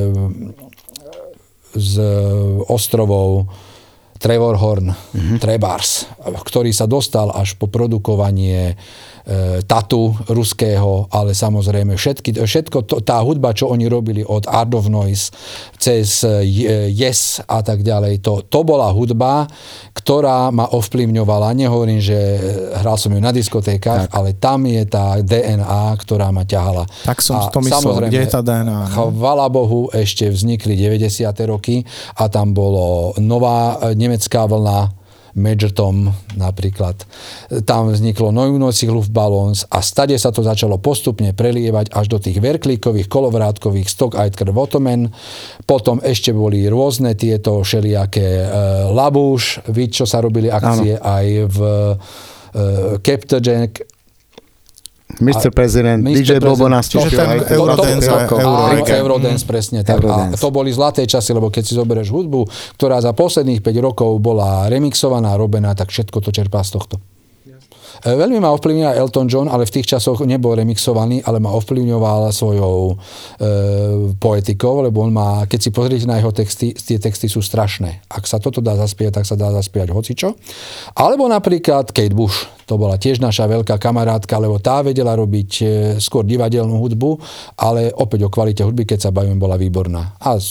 z ostrovov Trevor Horn, Trebars, ktorý sa dostal až po produkovanie Tatu ruského, ale samozrejme všetko tá hudba, čo oni robili od Art of Noise cez Yes a tak ďalej, to bola hudba, ktorá ma ovplyvňovala. Nehovorím, že hral som ju na diskotékach, ale tam je tá DNA, ktorá ma ťahala. Tak som to myslel, kde je tá DNA? Chvala Bohu, ešte vznikli 90. roky a tam bolo nová nemecká vlna, Major Tom napríklad. Tam vzniklo Neumnosich Luftballons a stade sa to začalo postupne prelievať až do tých verklíkových, kolovrátkových Stock Aitken Ottoman. Potom ešte boli rôzne tieto všelijaké Labouche, čo sa robili akcie aj v Captain Jack, Mr. President, DJ Bobo nás tiež Eurodance, presne tak. A to boli zlaté časy, lebo keď si zoberieš hudbu, ktorá za posledných 5 rokov bola remixovaná, robená, tak všetko to čerpá z tohto. Veľmi ma ovplyvňoval Elton John, ale v tých časoch nebol remixovaný, ale ma ovplyvňoval svojou poetikou, lebo on má, keď si pozriete na jeho texty, tie texty sú strašné. Ak sa toto dá zaspievať, tak sa dá zaspievať hocičo. Alebo napríklad Kate Bush, to bola tiež naša veľká kamarátka, lebo tá vedela robiť skôr divadelnú hudbu, ale opäť o kvalite hudby, keď sa bavím, bola výborná. A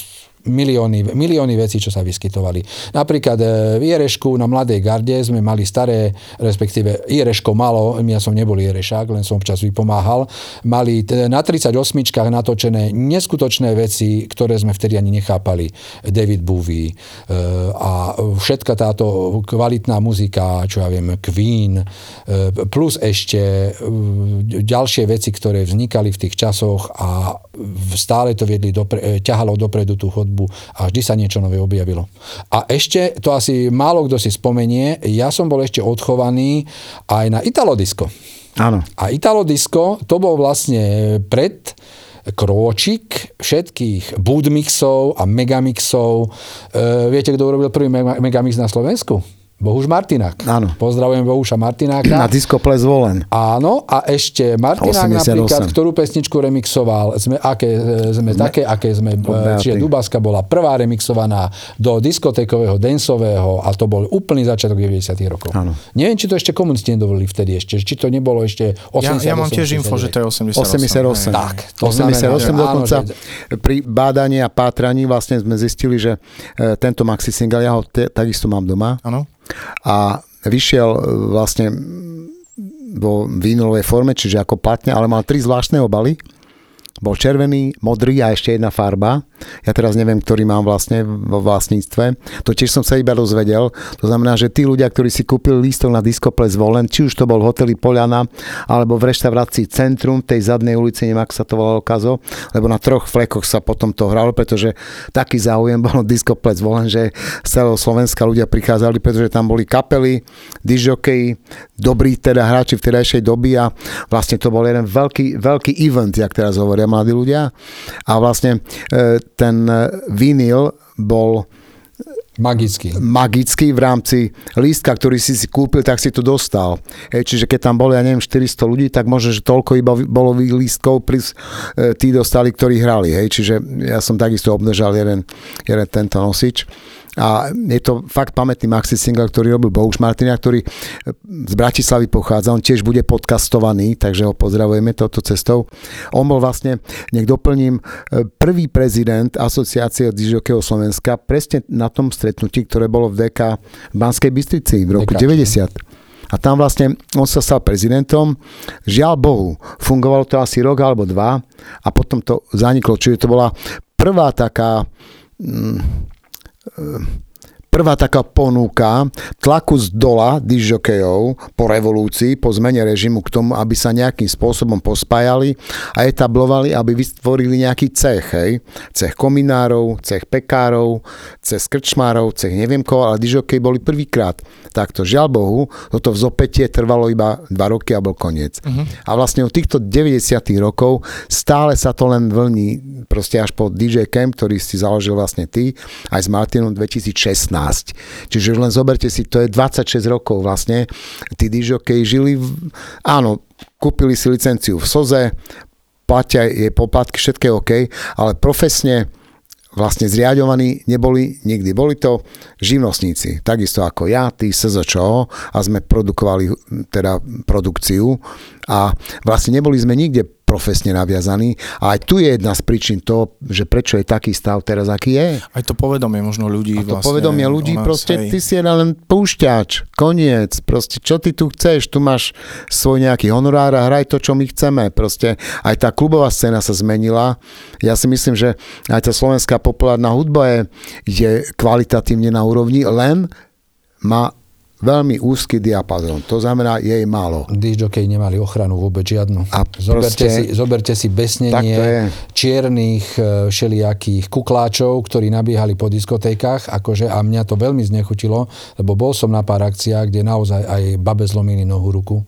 milióny vecí, čo sa vyskytovali. Napríklad v Jerešku na Mladej garde sme mali staré, respektíve Jereško malo, ja som nebol Jerešák, len som občas vypomáhal, mali na 38-čkách natočené neskutočné veci, ktoré sme vtedy ani nechápali. David Bowie a všetka táto kvalitná muzika, čo ja viem, Queen, plus ešte ďalšie veci, ktoré vznikali v tých časoch a stále to ťahalo dopredu tú chodbu a vždy sa niečo nové objavilo. A ešte, to asi málo kto si spomenie, ja som bol ešte odchovaný aj na Italodisko. Áno. A Italodisko, to bol vlastne pred krôčik všetkých bootmixov a megamixov. Viete, kto urobil prvý megamix na Slovensku? Bohuš Martinák. Áno. Pozdravujem Bohuša Martináka. Na Disco Ples Volen. Áno, a ešte Martinák 88. napríklad, ktorú pesničku remixoval, sme také, aké sme, čiže Dubaska bola prvá remixovaná do diskotékového, dancového a to bol úplný začiatok 90. rokov. Áno. Neviem, či to ešte komunisti nedovolili vtedy ešte, či to nebolo ešte 88. Ja mám tiež info, že to je 88. Tak. 88 dokonca áno, pri bádaní a pátraní vlastne sme zistili, že tento maxi single, ja ho takisto mám doma. Áno. A vyšiel vlastne vo vínulovej forme, čiže ako platne, ale mal 3 zvláštne obaly. Bol červený, modrý a ešte jedna farba. Ja teraz neviem, ktorý mám vlastne vo vlastníctve. To tiež som sa iba dozvedel. To znamená, že tí ľudia, ktorí si kúpili lístok na Disco Ples Volen, či už to bol v hoteli Poľana, alebo v reštaurácii Centrum, tej zadnej ulici, neviem, ako sa to volalo Kazo, lebo na 3 flekoch sa potom to hralo, pretože taký záujem bol Disco Ples Volen, že z celého Slovenska ľudia prichádzali, pretože tam boli kapely, disjokeji, dobrí teda hráči v tedajšej doby a vlastne to bol jeden veľký event, jak teraz hovoria mladí ľudia. A vlastne ten vinyl bol magický v rámci lístka, ktorý si kúpil, tak si to dostal. Čiže keď tam bolo, ja neviem, 400 ľudí, tak možno, že toľko iba bolo lístkov, plus tí dostali, ktorí hrali. Čiže ja som takisto obdržal jeden tento nosič. A je to fakt pamätný maxi single, ktorý robil Bohuš Martinák, ktorý z Bratislavy pochádza. On tiež bude podcastovaný, takže ho pozdravujeme touto cestou. On bol vlastne, nech doplním, prvý prezident Asociácie disjokejov Slovenska presne na tom stretnutí, ktoré bolo v DK v Banskej Bystrici v roku 90. A tam vlastne on sa stal prezidentom. Žiaľ Bohu, fungovalo to asi rok alebo 2 a potom to zaniklo. Čiže to bola prvá taká ponuka tlaku z dola disjokejov po revolúcii, po zmene režimu k tomu, aby sa nejakým spôsobom pospájali a etablovali, aby vytvorili nejaký cech, cech kominárov, cech pekárov, cech krčmárov, cech neviem koho, ale disjokeji boli prvýkrát takto. Žiaľ Bohu, toto vzopätie trvalo iba 2 roky a bol koniec. A vlastne od týchto 90. rokov stále sa to len vlní, proste až po DJ Camp, ktorý si založil vlastne ty, aj s Martinom 2016. Čiže len zoberte si, to je 26 rokov vlastne. Tí disjokeji žili, áno, kúpili si licenciu v SOZE, platia jej poplatky, všetko je OK, ale profesne vlastne zriaďovaní neboli nikdy. Boli to živnostníci, takisto ako ja, tí SZČO, a sme produkovali teda produkciu a vlastne neboli sme nikde profesne naviazaní. A aj tu je jedna z príčin toho, že prečo je taký stav teraz, aký je. Aj to povedomie možno ľudí. A to vlastne povedomie ľudí, proste ty si len púšťač, koniec, proste čo ty tu chceš, tu máš svoj nejaký honorár a hraj to, čo my chceme. Proste aj tá klubová scéna sa zmenila. Ja si myslím, že aj tá slovenská populárna hudba je kvalitatívne na úrovni, len má veľmi úzky diapazón. To znamená, je jej málo. Disjokeji nemali ochranu vôbec žiadnu. A zoberte si besnenie čiernych všelijakých kukláčov, ktorí nabiehali po diskotékach, akože, a mňa to veľmi znechutilo, lebo bol som na pár akciách, kde naozaj aj babe zlomili nohu, ruku.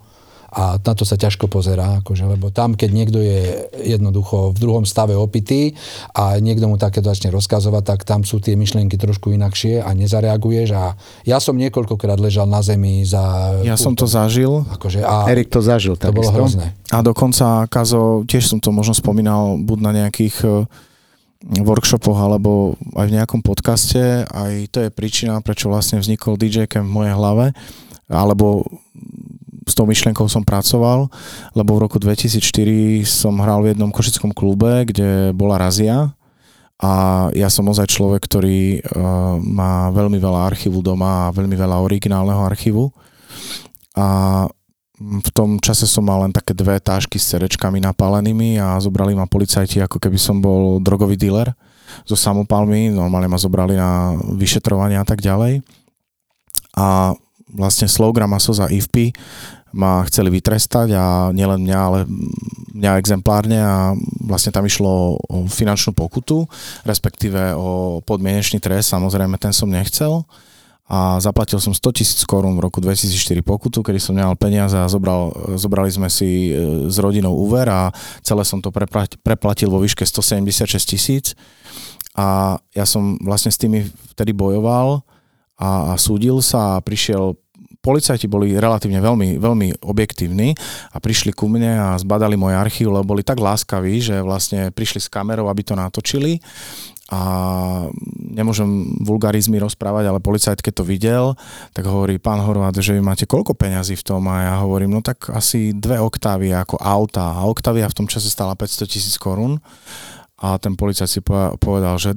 A na to sa ťažko pozerá, akože, lebo tam, keď niekto je jednoducho v druhom stave opitý a niekto mu takéto začne rozkazovať, tak tam sú tie myšlienky trošku inakšie a nezareaguješ. A ja som niekoľkokrát ležal na zemi za... Ja som to zažil. Akože, Erik to zažil. To bolo hrozné. A dokonca, Kazo, tiež som to možno spomínal, buď na nejakých workshopoch alebo aj v nejakom podcaste. Aj to je príčina, prečo vlastne vznikol DJ Camp v mojej hlave. Alebo s tou myšlienkou som pracoval, lebo v roku 2004 som hral v jednom košickom klube, kde bola razia a ja som ozaj človek, ktorý má veľmi veľa archívu doma a veľmi veľa originálneho archívu. A v tom čase som mal len také 2 tášky s cerečkami napálenými a zobrali ma policajti, ako keby som bol drogový dealer so samopalmi. Normálne ma zobrali na vyšetrovanie a tak ďalej. A vlastne Slowgram a Soza IFPI ma chceli vytrestať a nielen mňa, ale mňa exemplárne a vlastne tam išlo o finančnú pokutu, respektíve o podmienečný trest, samozrejme ten som nechcel a zaplatil som 100 000 korún v roku 2004 pokutu, kedy som nemal peniaze a zobrali sme si s rodinou úver a celé som to preplatil vo výške 176 000 a ja som vlastne s tými vtedy bojoval a súdil sa a prišiel. Policajti boli relatívne veľmi, veľmi objektívni a prišli ku mne a zbadali môj archív, lebo boli tak láskaví, že vlastne prišli s kamerou, aby to natočili a nemôžem vulgarizmy rozprávať, ale policajt, keď to videl, tak hovorí, pán Horvát, že vy máte koľko peňazí v tom a ja hovorím, no tak asi 2 Octavia ako auta a Octavia v tom čase stála 500 000 korún a ten policajt si povedal, že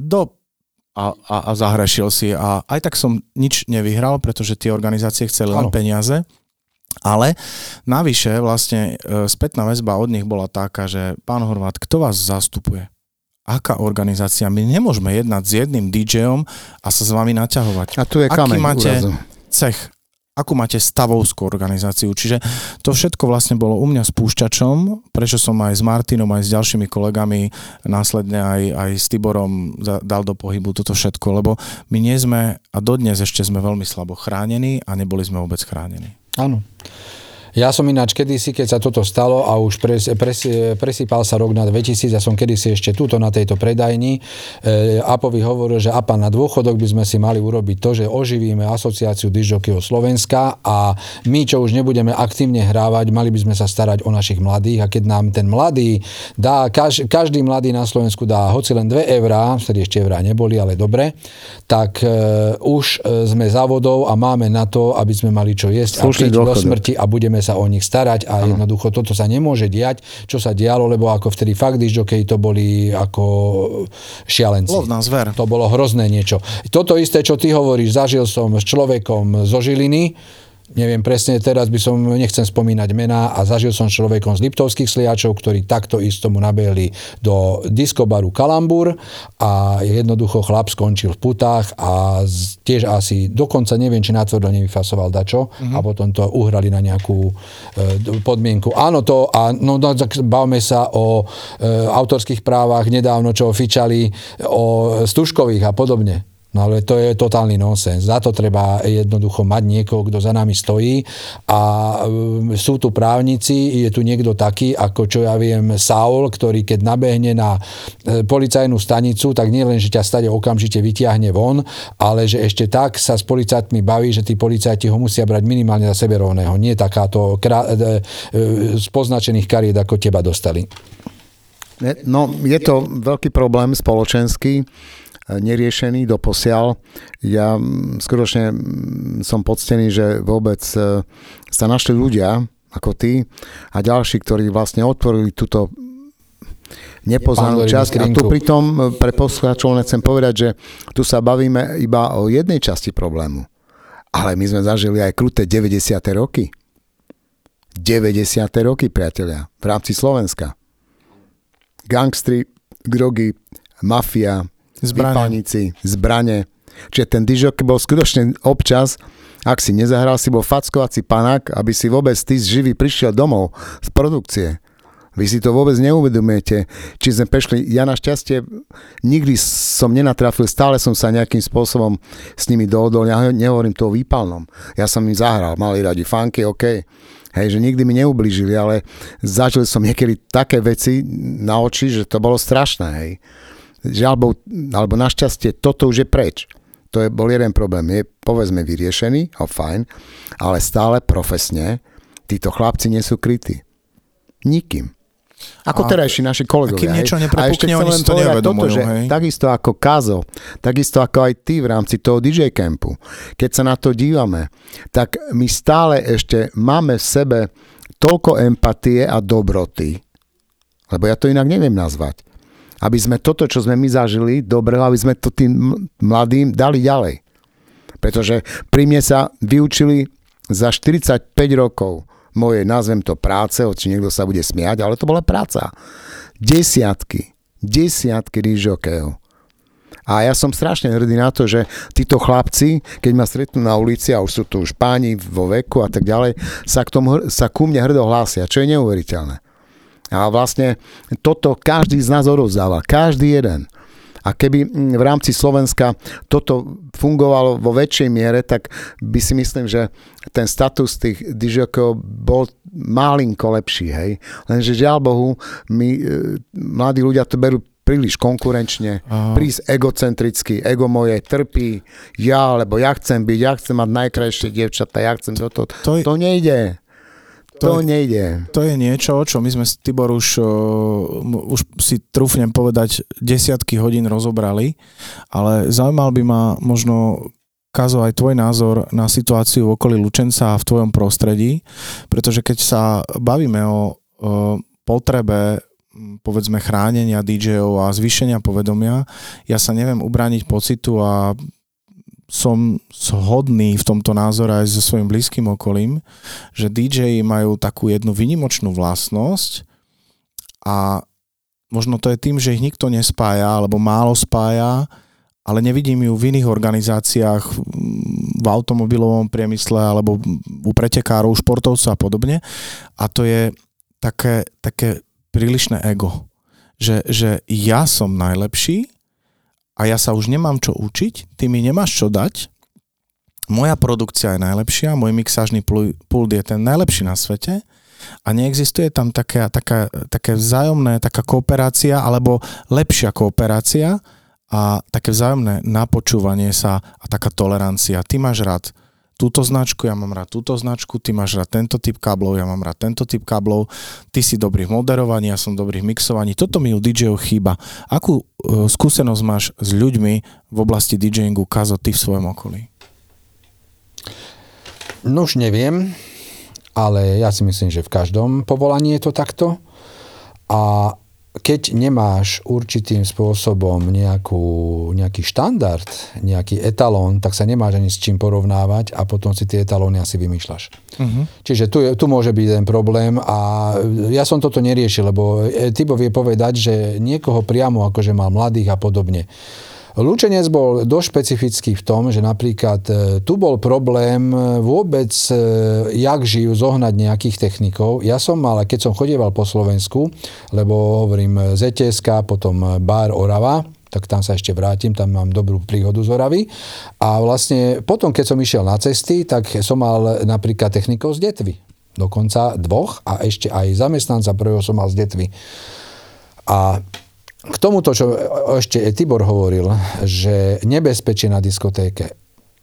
a zahrešil si a aj tak som nič nevyhral, pretože tie organizácie chceli len peniaze, ale navyše vlastne spätná väzba od nich bola taká, že pán Horvát, kto vás zastupuje? Aká organizácia? My nemôžeme jednať s jedným DJom a sa s vami naťahovať. A tu je kameň máte úrazu. Cech? Akú máte stavovskú organizáciu? Čiže to všetko vlastne bolo u mňa spúšťačom, prečo som aj s Martinom, aj s ďalšími kolegami, následne aj s Tiborom dal do pohybu toto všetko, lebo my nie sme, a dodnes ešte sme veľmi slabo chránení a neboli sme vôbec chránení. Áno. Ja som ináč kedysi, keď sa toto stalo a už presýpal sa rok na 2000, ja som kedysi ešte túto na tejto predajni Apovi hovoril, že Apa, na dôchodok by sme si mali urobiť to, že oživíme asociáciu discjokejov Slovenska a my, čo už nebudeme aktívne hrávať, mali by sme sa starať o našich mladých a keď nám ten mladý dá, každý mladý na Slovensku dá hoci len 2 eurá, vtedy ešte eurá neboli, ale dobre, tak už sme závodov a máme na to, aby sme mali čo jesť a piť do smrti a budeme sa o nich starať a jednoducho toto sa nemôže diať, čo sa dialo, lebo ako vtedy fakt discjokeji to boli ako šialenci. Lovná zver. To bolo hrozné niečo. Toto isté, čo ty hovoríš, zažil som s človekom zo Žiliny, neviem presne, teraz nechcem spomínať mená a zažil som človekom z Liptovských Sliačov, ktorí takto isto mu nabehli do diskobaru Kalambúr a jednoducho chlap skončil v putách a tiež asi dokonca neviem, či natvrdo nevyfasoval dačo a potom to uhrali na nejakú podmienku. Áno to a bavme sa o autorských právach nedávno, čo fičali o Stužkových a podobne. No ale to je totálny nonsens. Za to treba jednoducho mať niekoho, kto za nami stojí a sú tu právnici, je tu niekto taký, ako čo ja viem, Saul, ktorý keď nabehne na policajnú stanicu, tak nie len, že ťa stade okamžite vytiahne von, ale že ešte tak sa s policajtmi baví, že tí policajti ho musia brať minimálne za seberovného. Nie takáto z poznačených kariet, ako teba dostali. No, je to veľký problém spoločenský, neriešený doposiaľ. Ja skutočne som poctený, že vôbec sa našli ľudia ako ty a ďalší, ktorí vlastne otvorili túto nepoznanú časť. A tu pritom pre poslucháčov nechcem povedať, že tu sa bavíme iba o jednej časti problému. Ale my sme zažili aj kruté 90. roky. 90. roky, priatelia, v rámci Slovenska. Gangstri, drogy, mafia, vypálnici, zbrane. Čiže ten discjockey bol skutočne občas, ak si nezahral, si bol fackovací panák, aby si vôbec ty živý prišiel domov z produkcie. Vy si to vôbec neuvedomujete. Či sme prešli, ja našťastie nikdy som nenatrafil, stále som sa nejakým spôsobom s nimi dohodol, ja nehovorím to o výpalnom. Ja som im zahral, mali radi funky, OK. Hej, že nikdy mi neublížili, ale zažil som niekedy také veci na oči, že to bolo strašné, hej. Žiaľ, alebo našťastie, toto už je preč. To bol jeden problém. Je, povedzme, vyriešený, fajn, ale stále profesne títo chlapci nie sú krytí. Nikým. Ako terajší naši kolegovia. A kým niečo neprepukne, oni si to neuvedomujú. Takisto ako Kazo, takisto ako aj ty v rámci toho DJ campu. Keď sa na to dívame, tak my stále ešte máme v sebe toľko empatie a dobroty, lebo ja to inak neviem nazvať. aby sme toto, čo sme my zažili, dobrého, aby sme to tým mladým dali ďalej. Pretože pri mne sa vyučili za 45 rokov mojej, nazvem to práce, či niekto sa bude smiať, ale to bola práca. Desiatky disjokejov. A ja som strašne hrdý na to, že títo chlapci, keď ma stretnú na ulici, a už sú tu už páni vo veku a tak ďalej, sa ku mne hrdo hlásia, čo je neuveriteľné. A vlastne toto každý z nás odovzdáva, každý jeden. A keby v rámci Slovenska toto fungovalo vo väčšej miere, tak by si myslím, že ten status tých disjokejov bol malinko lepší, hej. Lenže žiaľ Bohu, my mladí ľudia to berú príliš konkurenčne, prísť egocentricky, ego moje trpí, lebo ja chcem mať najkrajšie dievčatá, ja chcem toto. To nejde. To nejde. To je niečo, čo my sme s Tibor už si trúfnem povedať desiatky hodín rozobrali, ale zaujímal by ma možno, Kazo, aj tvoj názor na situáciu v okolí Lučenca a v tvojom prostredí, pretože keď sa bavíme o potrebe povedzme chránenia DJ-ov a zvýšenia povedomia, ja sa neviem ubrániť pocitu a som zhodný v tomto názore aj so svojím blízkym okolím, že DJ majú takú jednu výnimočnú vlastnosť a možno to je tým, že ich nikto nespája alebo málo spája, ale nevidím ju v iných organizáciách, v automobilovom priemysle alebo u pretekárov, športovcov a podobne. A to je také prílišné ego, že ja som najlepší a ja sa už nemám čo učiť, ty mi nemáš čo dať, moja produkcia je najlepšia, môj mixážny pult je ten najlepší na svete a neexistuje tam také vzájomné, taká kooperácia alebo lepšia kooperácia a také vzájomné napočúvanie sa a taká tolerancia. Ty máš rád túto značku, ja mám rád túto značku, ty máš rád tento typ káblov, ja mám rád tento typ káblov, ty si dobrý v moderovaní, ja som dobrý v mixovaní. Toto mi u DJ-ov chýba. Akú skúsenosť máš s ľuďmi v oblasti DJingu, Kazo, ty v svojom okolí? No už neviem, ale ja si myslím, že v každom povolaní je to takto. A keď nemáš určitým spôsobom nejaký štandard, nejaký etalón, tak sa nemáš ani s čím porovnávať a potom si tie etalóny asi vymýšľaš. Uh-huh. Čiže tu môže byť ten problém a ja som toto neriešil, lebo Tibo vie povedať, že niekoho priamo akože mal mladých a podobne. Lučenec bol dosť špecifický v tom, že napríklad tu bol problém vôbec, jak žijú, zohnať nejakých technikov. Ja som mal, keď som chodieval po Slovensku, lebo hovorím ZTSK, potom Bar Orava, tak tam sa ešte vrátim, tam mám dobrú príhodu z Oravy. A vlastne potom, keď som išiel na cesty, tak som mal napríklad technikov z Detvy. Dokonca 2 a ešte aj zamestnanca prvého som mal z Detvy. A k tomuto, čo ešte Tibor hovoril, že nebezpečie na diskotéke.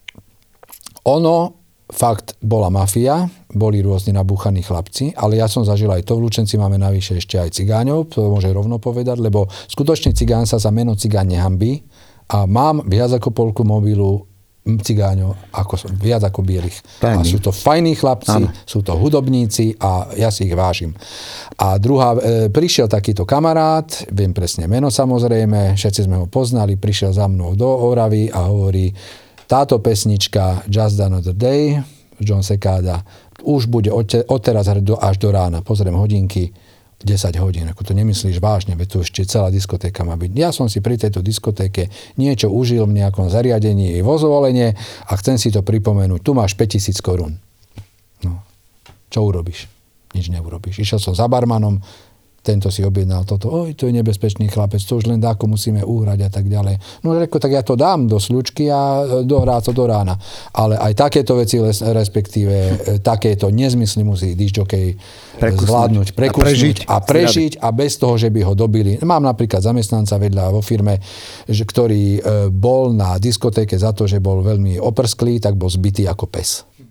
Ono, fakt, bola mafia, boli rôzni nabúchaní chlapci, ale ja som zažil aj to, v Lučenci máme navyše ešte aj cigáňov, to môže rovno povedať, lebo skutočne cigán sa za meno cigán nehambí a mám viac ako polku mobilu cigáňov, viac ako bielých. A sú to fajní chlapci, sú to hudobníci a ja si ich vážim. A prišiel takýto kamarát, viem presne meno samozrejme, všetci sme ho poznali, prišiel za mnou do Oravy a hovorí, táto pesnička Just Another Day, John Secada, už bude odteraz až do rána. Pozriem hodinky, 10 hodín, ako to nemyslíš vážne, veď tu ešte celá diskotéka má byť. Ja som si pri tejto diskotéke niečo užil v nejakom zariadení vo Zvolenie a chcem si to pripomenúť. Tu máš 5000 korún. No. Čo urobíš? Nič neurobíš. Išiel som za barmanom, tento si objednal toto, to je nebezpečný chlapec, to už len dáko musíme uhrať a tak ďalej. No reko, tak ja to dám do sľučky a dohrá to do rána. Ale aj takéto veci, respektíve takéto nezmysly musí discjokej zvládnuť, prekusnúť a prežiť a bez toho, že by ho dobili. Mám napríklad zamestnanca vedľa vo firme, ktorý bol na diskotéke za to, že bol veľmi oprsklý, tak bol zbitý ako pes.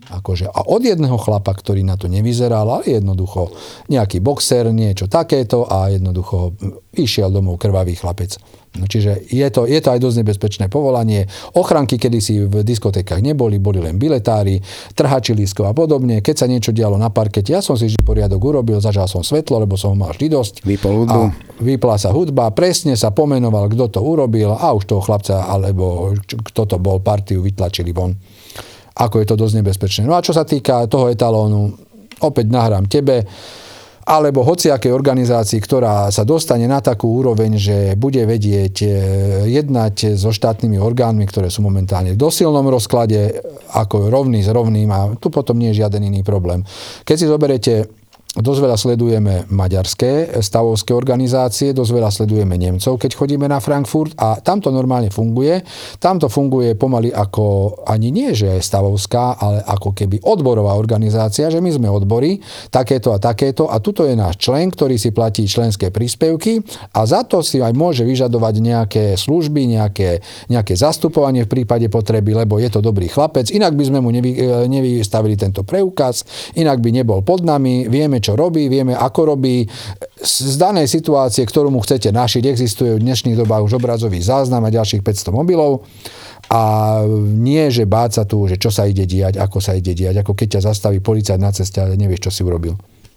Akože, a od jedného chlapa, ktorý na to nevyzeral, ale jednoducho nejaký boxer, niečo takéto a jednoducho išiel domov krvavý chlapec. No, čiže je to aj dosť nebezpečné povolanie. Ochranky kedysi v diskotékach boli len biletári, trhači lístkov a podobne. Keď sa niečo dialo na parkete, ja som si vždy poriadok urobil, zažal som svetlo, lebo som ho mal vždy dosť. Vypol hudbu. A vypla sa hudba, presne sa pomenoval, kto to urobil a už toho chlapca, alebo kto to bol, partiu vytlačili von. Ako je to dosť nebezpečné. No a čo sa týka toho etalónu, opäť nahrám tebe, alebo hociakej organizácii, ktorá sa dostane na takú úroveň, že bude vedieť jednať so štátnymi orgánmi, ktoré sú momentálne v dosilnom rozklade, ako rovný s rovným, a tu potom nie je žiaden iný problém. Keď si zoberete, dosť veľa sledujeme maďarské stavovské organizácie, dosť veľa sledujeme Nemcov, keď chodíme na Frankfurt, a tam to normálne funguje. Tam to funguje pomaly ako, ani nie, že je stavovská, ale ako keby odborová organizácia, že my sme odbory, takéto a tuto je náš člen, ktorý si platí členské príspevky a za to si aj môže vyžadovať nejaké služby, nejaké zastupovanie v prípade potreby, lebo je to dobrý chlapec, inak by sme mu nevystavili tento preukaz, inak by nebol pod nami, vieme, čo robí, vieme, ako robí. Z danej situácie, ktorú mu chcete našiť, existuje v dnešných dobách už obrazový záznam a ďalších 500 mobilov. A nie, že báť sa tu, že čo sa ide diať, ako sa ide diať, ako keď ťa zastaví policajt na ceste, ale nevieš, čo si urobil.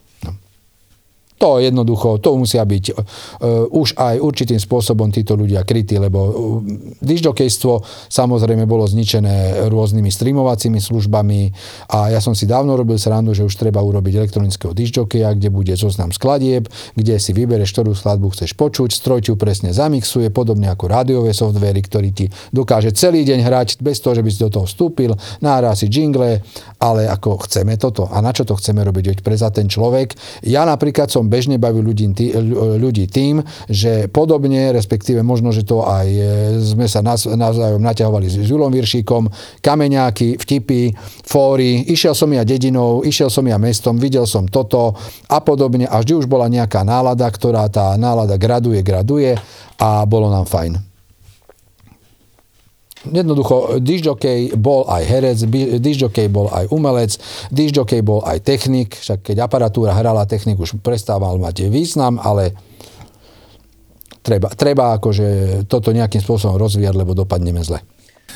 To jednoducho, to musia byť už aj určitým spôsobom títo ľudia krytí, lebo disjokejstvo samozrejme bolo zničené rôznymi streamovacími službami a ja som si dávno robil srandu, že už treba urobiť elektronického disjokeja, kde bude zoznam skladieb, kde si vybereš, ktorú skladbu chceš počuť, stroj ti presne zamixuje, podobne ako rádiové softvery, ktorý ti dokáže celý deň hrať bez toho, že by si do toho vstúpil, nahrá si jingle, ale ako chceme toto. A na čo to chceme robiť? Veď preza ten človek. Ja napríklad som bežne baví ľudí tým, že podobne, respektíve možno, že to aj sme sa navzájom naťahovali s Julom Viršíkom, kameňáky, vtipy, fóry, išiel som ja dedinou, išiel som ja mestom, videl som toto a podobne, a vždy už bola nejaká nálada, ktorá tá nálada graduje a bolo nám fajn. Jednoducho, disjokej bol aj herec, disjokej bol aj umelec, disjokej bol aj technik, však keď aparatúra hrala, technik už prestával mať význam, ale treba akože toto nejakým spôsobom rozvíjať, lebo dopadneme zle.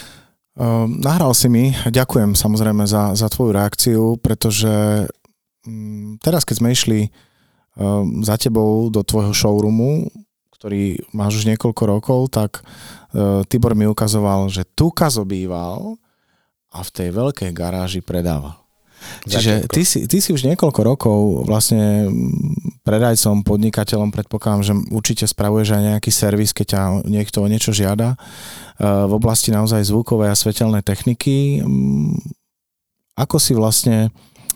Nahral si mi, ďakujem samozrejme za tvoju reakciu, pretože teraz, keď sme išli za tebou do tvojho showroomu, ktorý máš už niekoľko rokov, tak Tibor mi ukazoval, že tu Kazo býval a v tej veľkej garáži predával. Čiže ty si už niekoľko rokov vlastne predajcom, podnikateľom, predpokladám, že určite spravuješ aj nejaký servis, keď ťa niekto o niečo žiada v oblasti naozaj zvukovej a svetelnej techniky. Ako si vlastne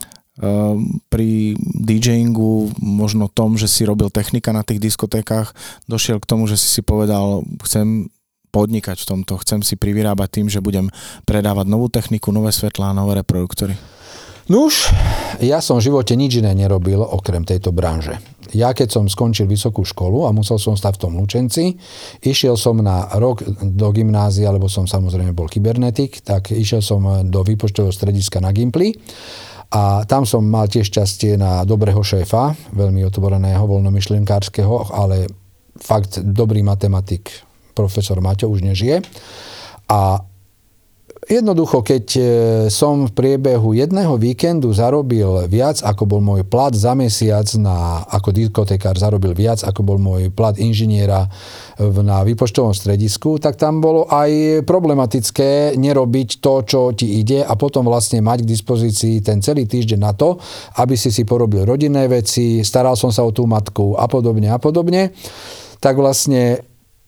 pri DJingu, možno tom, že si robil technika na tých diskotékach, došiel k tomu, že si povedal, chcem podnikať v tomto, chcem si privyrábať tým, že budem predávať novú techniku, nové svetlá, nové reproduktory? Nuž, ja som v živote nič iné nerobil okrem tejto branže. Ja keď som skončil vysokú školu a musel som stať v tom Lučenci, išiel som na rok do gymnázia, lebo som samozrejme bol kybernetik, tak išiel som do výpočtového strediska na Gimply. A tam som mal tiež šťastie na dobrého šéfa, veľmi otvoreného, voľnomyšlienkárskeho, ale fakt dobrý matematik, profesor Maťo, už nežije. A jednoducho, keď som v priebehu jedného víkendu zarobil viac, ako bol môj plat za mesiac, ako diskotekár zarobil viac, ako bol môj plat inžiniera na výpočtovom stredisku, tak tam bolo aj problematické nerobiť to, čo ti ide a potom vlastne mať k dispozícii ten celý týždeň na to, aby si porobil rodinné veci, staral som sa o tú matku a podobne. Tak vlastne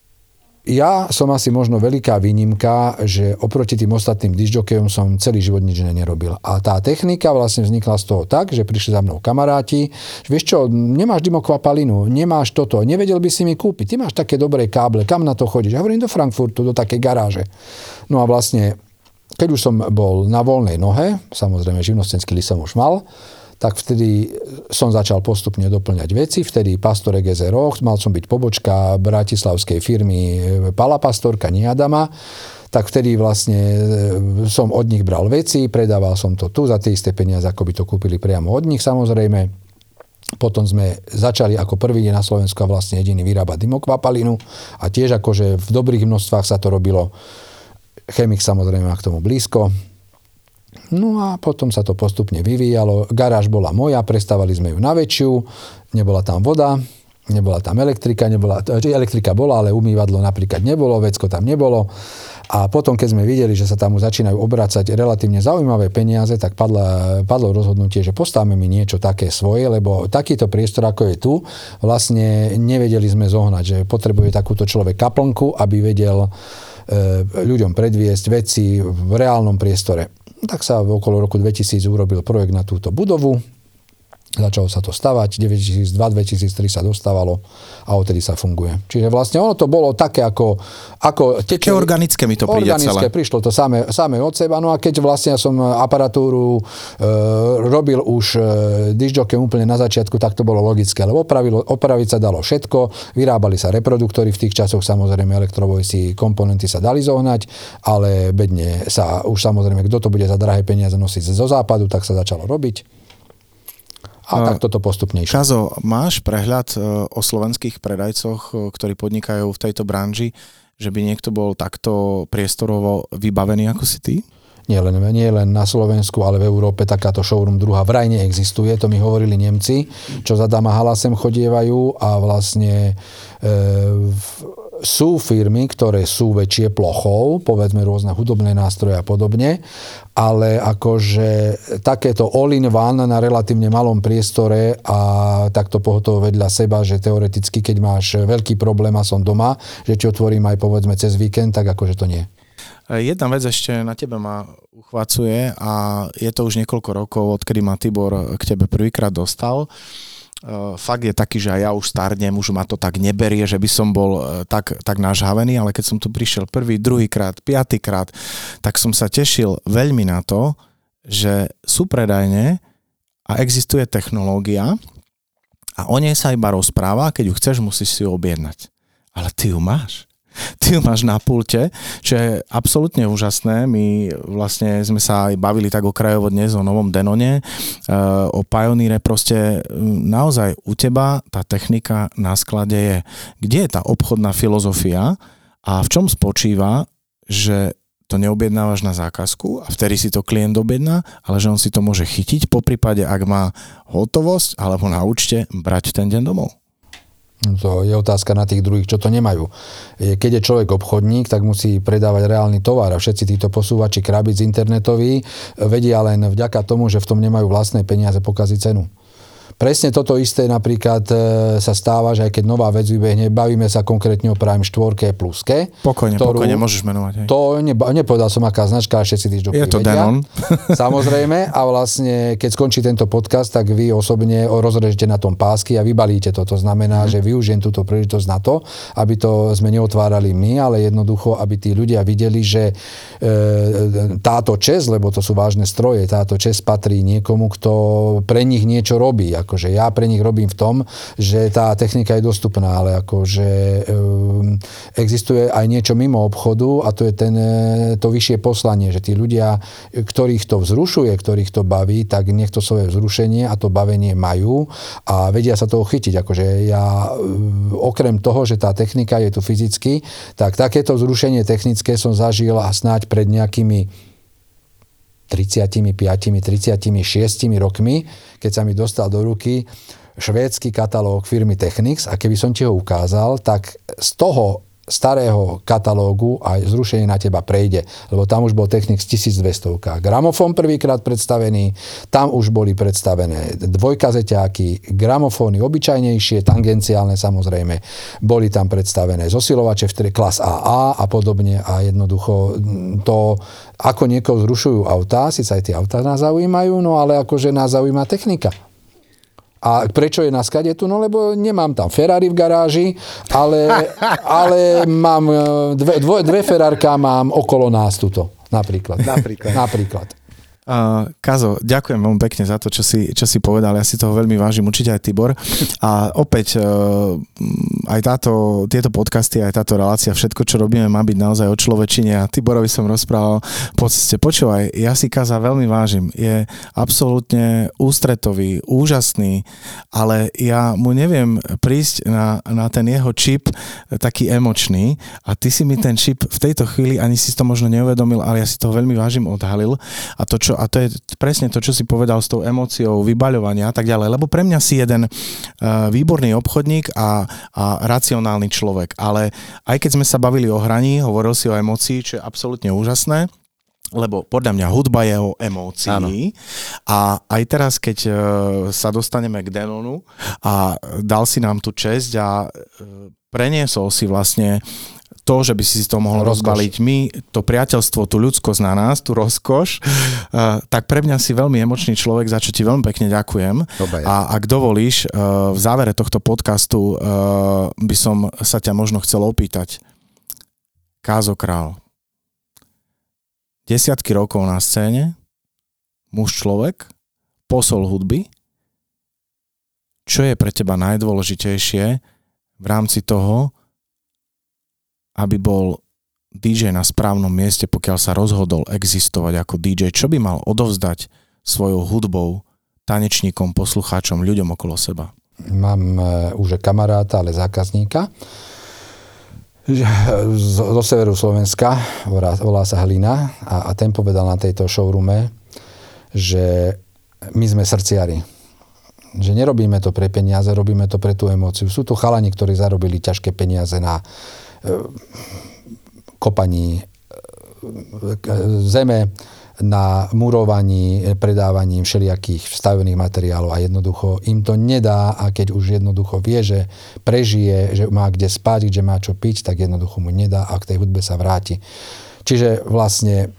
ja som asi možno veľká výnimka, že oproti tým ostatným disjokejom som celý život nič nerobil. A tá technika vlastne vznikla z toho tak, že prišli za mnou kamaráti, že vieš čo, nemáš dymokvapalinu, nemáš toto, nevedel by si mi kúpiť, ty máš také dobré káble, kam na to chodíš? Ja hovorím do Frankfurtu, do takej garáže. No a vlastne, keď už som bol na voľnej nohe, samozrejme živnostenský list som už mal, tak vtedy som začal postupne doplňať veci. Vtedy Pastore GZ Roch, mal som byť pobočka bratislavskej firmy Pala Pastorka, nie Adama. tak vtedy vlastne som od nich bral veci, predával som to tu za tie isté peniaze, ako by to kúpili priamo od nich samozrejme. Potom sme začali ako prvý na Slovensku a vlastne jediný vyrábať dymokvapalinu a tiež akože v dobrých množstvách sa to robilo. Chemik samozrejme má k tomu blízko. No a potom sa to postupne vyvíjalo. Garáž bola moja, prestávali sme ju na väčšiu, nebola tam voda, nebola tam elektrika, elektrika bola, ale umývadlo napríklad nebolo, vecko tam nebolo. A potom, keď sme videli, že sa tam začínajú obracať relatívne zaujímavé peniaze, tak padlo rozhodnutie, že postavme mi niečo také svoje, lebo takýto priestor, ako je tu, vlastne nevedeli sme zohnať, že potrebuje takúto človek kaplnku, aby vedel ľuďom predviesť veci v reálnom priestore. Tak sa okolo roku 2000 urobil projekt na túto budovu. Začalo sa to stavať, 2002-2003 sa dostávalo a odtedy sa funguje. Čiže vlastne ono to bolo také ako také organické mi to príde celé. Prišlo to samé od seba. No a keď vlastne som aparatúru robil už discjockey úplne na začiatku, tak to bolo logické, lebo opraviť sa dalo všetko, vyrábali sa reproduktory, v tých časoch samozrejme elektrovojsi komponenty sa dali zohnať, ale bedne sa už samozrejme, kto to bude za drahé peniaze nosiť zo západu, tak sa začalo robiť. A tak toto postupne išlo. Kazo, máš prehľad o slovenských predajcoch, ktorí podnikajú v tejto branži, že by niekto bol takto priestorovo vybavený ako si ty? Nie len na Slovensku, ale v Európe takáto showroom druhá vraj neexistuje. To mi hovorili Nemci, čo za Dama Hala sem chodievajú a vlastne sú firmy, ktoré sú väčšie plochou, povedzme rôzne hudobné nástroje a podobne, ale akože takéto all-in-one na relatívne malom priestore a takto pohotovo vedľa seba, že teoreticky, keď máš veľký problém a som doma, že ti otvorím aj povedzme cez víkend, tak akože to nie. Jedna vec ešte na tebe ma uchvacuje a je to už niekoľko rokov, odkedy ma Tibor k tebe prvýkrát dostal. Fakt je taký, že aj ja už starnem, už ma to tak neberie, že by som bol tak nažhavený, ale keď som tu prišiel prvý, druhýkrát, piatýkrát, tak som sa tešil veľmi na to, že sú predajne a existuje technológia a o nej sa iba rozpráva, keď ju chceš, musíš si ju objednať. Ale ty ju máš. Ty ju máš na pulte, čo je absolútne úžasné. My vlastne sme sa aj bavili tak okrajovo dnes o novom Denone, o Pioneere, proste naozaj u teba tá technika na sklade je. Kde je tá obchodná filozofia a v čom spočíva, že to neobjednávaš na zákazku a vtedy si to klient objedná, ale že on si to môže chytiť, poprípade ak má hotovosť alebo na účte brať ten deň domov. To je otázka na tých druhých, čo to nemajú. Keď je človek obchodník, tak musí predávať reálny tovar a všetci títo posúvači krabíc internetoví vedia len vďaka tomu, že v tom nemajú vlastné peniaze pokaziť cenu. Presne toto isté napríklad sa stáva, že aj keď nová vec vybehne, bavíme sa konkrétne o Prime 4 pluske. Pokojne, môžeš menovať. Hej. To nepovedal som, aká značka, ale všetci discjockey vedia. Je to Denon. Samozrejme. A vlastne, keď skončí tento podcast, tak vy osobne rozrežete na tom pásky a vybalíte to. To znamená, že využijem túto príležitosť na to, aby to sme neotvárali my, ale jednoducho, aby tí ľudia videli, že táto česť, lebo to sú vážne stroje, táto česť patrí niekomu, kto pre nich niečo robí. Akože ja pre nich robím v tom, že tá technika je dostupná, ale akože existuje aj niečo mimo obchodu a to je to vyššie poslanie, že tí ľudia, ktorých to vzrušuje, ktorých to baví, tak nech to svoje vzrušenie a to bavenie majú a vedia sa toho chytiť. Akože ja okrem toho, že tá technika je tu fyzicky, tak takéto vzrušenie technické som zažil a snáď pred nejakými 35, 36 rokmi, keď sa mi dostal do ruky švédsky katalóg firmy Technics a keby som ti ho ukázal, tak z toho starého katalógu aj zrušenie na teba prejde, lebo tam už bol Technics 1200. Gramofón prvýkrát predstavený, tam už boli predstavené dvojkazeťáky, gramofóny obyčajnejšie, tangenciálne samozrejme, boli tam predstavené zosilovače v klas AA a podobne a jednoducho to, ako niekoho zrušujú autá, síce aj tie autá nás zaujímajú, no ale akože nás zaujíma technika. A prečo je na skade tu? No lebo nemám tam Ferrari v garáži, ale mám dve Ferrarka mám okolo nás tuto. Napríklad. Kazo, ďakujem veľmi pekne za to, čo si povedal. Ja si toho veľmi vážim, určite aj Tibor. A opäť aj tieto podcasty, aj táto relácia, všetko, čo robíme, má byť naozaj o človečine. A Tiborovi som rozprával po ceste. Počúvaj, ja si Kaza veľmi vážim. Je absolútne ústretový, úžasný, ale ja mu neviem prísť na ten jeho čip taký emočný a ty si mi ten čip v tejto chvíli, ani si to možno neuvedomil, ale ja si toho veľmi vážim, odhalil. A to je presne to, čo si povedal s tou emóciou, vybaľovania a tak ďalej. Lebo pre mňa si jeden výborný obchodník a racionálny človek. Ale aj keď sme sa bavili o hraní, hovoril si o emócii, čo je absolútne úžasné, lebo podľa mňa hudba je o emócii. Áno. A aj teraz, keď sa dostaneme k Denonu a dal si nám tú česť a preniesol si vlastne to, že by si to mohol rozbaliť my, to priateľstvo, tú ľudskosť na nás, tú rozkoš, tak pre mňa si veľmi emočný človek, za čo ti veľmi pekne ďakujem. A ak dovolíš, v závere tohto podcastu by som sa ťa možno chcel opýtať. Kázo Král. 10 rokov na scéne, muž človek, posol hudby. Čo je pre teba najdôležitejšie v rámci toho, aby bol DJ na správnom mieste, pokiaľ sa rozhodol existovať ako DJ? Čo by mal odovzdať svojou hudbou tanečníkom, poslucháčom, ľuďom okolo seba? Mám už kamaráta, ale zákazníka zo severu Slovenska, volá sa Hlina a ten povedal na tejto showroome, že my sme srdciari. Že nerobíme to pre peniaze, robíme to pre tú emóciu. Sú tu chalani, ktorí zarobili ťažké peniaze na kopaní zeme, na murovaní, predávaní všelijakých stavených materiálov a jednoducho im to nedá a keď už jednoducho vie, že prežije, že má kde spať, že má čo piť, tak jednoducho mu nedá a k tej hudbe sa vráti. Čiže vlastne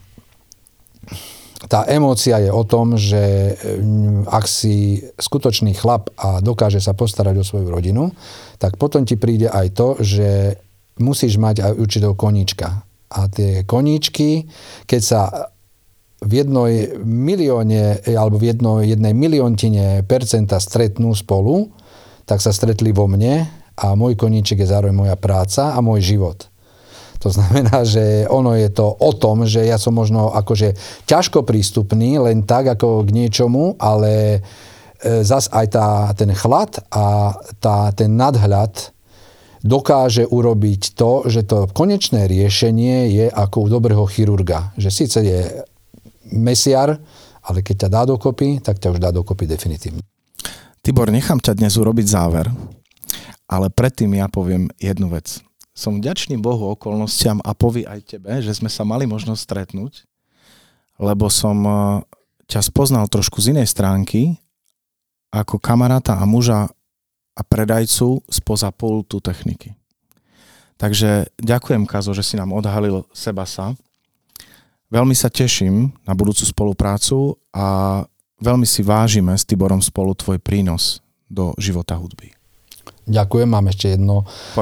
tá emócia je o tom, že ak si skutočný chlap a dokáže sa postarať o svoju rodinu, tak potom ti príde aj to, že musíš mať aj určitého koníčka. A tie koníčky, keď sa v jednej milióne alebo v jednej miliontine percenta stretnú spolu, tak sa stretli vo mne a môj koníček je zároveň moja práca a môj život. To znamená, že ono je to o tom, že ja som možno akože ťažko prístupný len tak ako k niečomu, ale zas aj ten chlad a ten nadhľad dokáže urobiť to, že to konečné riešenie je ako u dobrého chirurga. Že síce je mesiar, ale keď ťa dá dokopy, tak ťa už dá dokopy definitívne. Tibor, nechám ťa dnes urobiť záver, ale predtým ja poviem jednu vec. Som vďačný Bohu okolnostiam a povi aj tebe, že sme sa mali možnosť stretnúť, lebo som ťa spoznal trošku z inej stránky, ako kamaráta a muža a predajcu spoza pultu techniky. Takže ďakujem, Kazo, že si nám odhalil seba sa. Veľmi sa teším na budúcu spoluprácu a veľmi si vážime s Tiborom spolu tvoj prínos do života hudby. Ďakujem, mám ešte jednu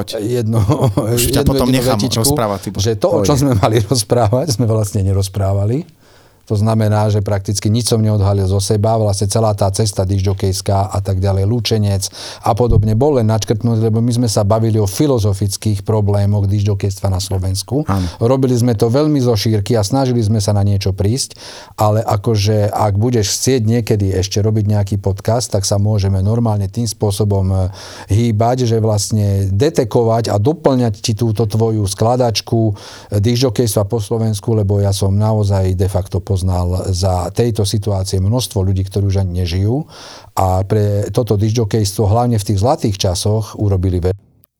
potom nechám vetičku, rozprávať, Tibor. že to, o čom sme mali rozprávať, sme vlastne nerozprávali. To znamená, že prakticky nič som neodhalil zo seba, vlastne celá tá cesta disjokejská a tak ďalej, lúčenec a podobne bol len načkrtnúť, lebo my sme sa bavili o filozofických problémoch disjokejstva na Slovensku. Áno. Robili sme to veľmi zo šírky a snažili sme sa na niečo prísť, ale akože ak budeš chcieť niekedy ešte robiť nejaký podcast, tak sa môžeme normálne tým spôsobom hýbať, že vlastne detekovať a doplňať ti túto tvoju skladačku disjokejstva po Slovensku, lebo ja som naozaj de facto poznal za tejto situácie množstvo ľudí, ktorí už ani nežijú a pre toto disjokejstvo hlavne v tých zlatých časoch urobili veľa.